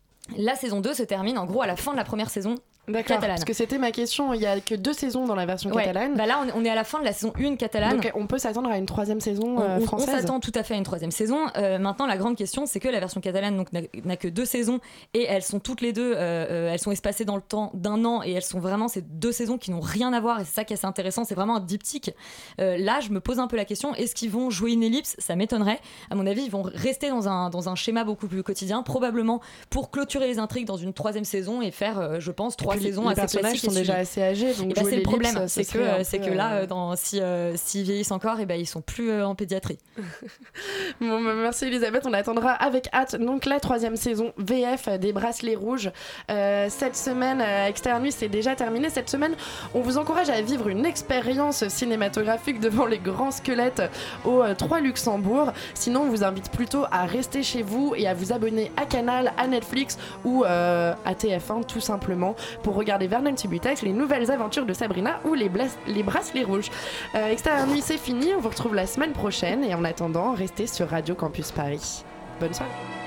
la saison deux se termine en gros à la fin de la première saison. D'accord, catalane. Parce que c'était ma question, il n'y a que deux saisons dans la version ouais. catalane. Bah là, on, on est à la fin de la saison un catalane. Donc on peut s'attendre à une troisième saison euh, on, on, française. On s'attend tout à fait à une troisième saison. Euh, maintenant, la grande question, c'est que la version catalane donc, n'a, n'a que deux saisons et elles sont toutes les deux, euh, euh, elles sont espacées dans le temps d'un an et elles sont vraiment ces deux saisons qui n'ont rien à voir et c'est ça qui est assez intéressant, c'est vraiment un diptyque. Euh, là, je me pose un peu la question, est-ce qu'ils vont jouer une ellipse ? Ça m'étonnerait. À mon avis, ils vont rester dans un, dans un schéma beaucoup plus quotidien, probablement pour clôturer les intrigues dans une troisième saison et faire, euh, je pense, trois saisons assez classiques. Sont déjà assez âgés, donc bah, c'est le problème, ça, c'est ça que c'est peu, que là, euh... dans, si euh, s'ils vieillissent encore, et ben ils sont plus euh, en pédiatrie. Bon, bah, merci Elisabeth, on attendra avec hâte donc la troisième saison V F des Bracelets Rouges. Euh, cette semaine, euh, Externe Nuit, c'est déjà terminé. Cette semaine, on vous encourage à vivre une expérience cinématographique devant les grands squelettes au euh, trois Luxembourg. Sinon, on vous invite plutôt à rester chez vous et à vous abonner à Canal, à Netflix ou euh, à T F un tout simplement pour regarder Vernon Subutex, les nouvelles aventures de Sabrina ou les, blas- les Bracelets Rouges. Euh, Externe Nuit, c'est fini. On vous retrouve la semaine prochaine et en attendant, restez sur Radio Campus Paris. Bonne soirée.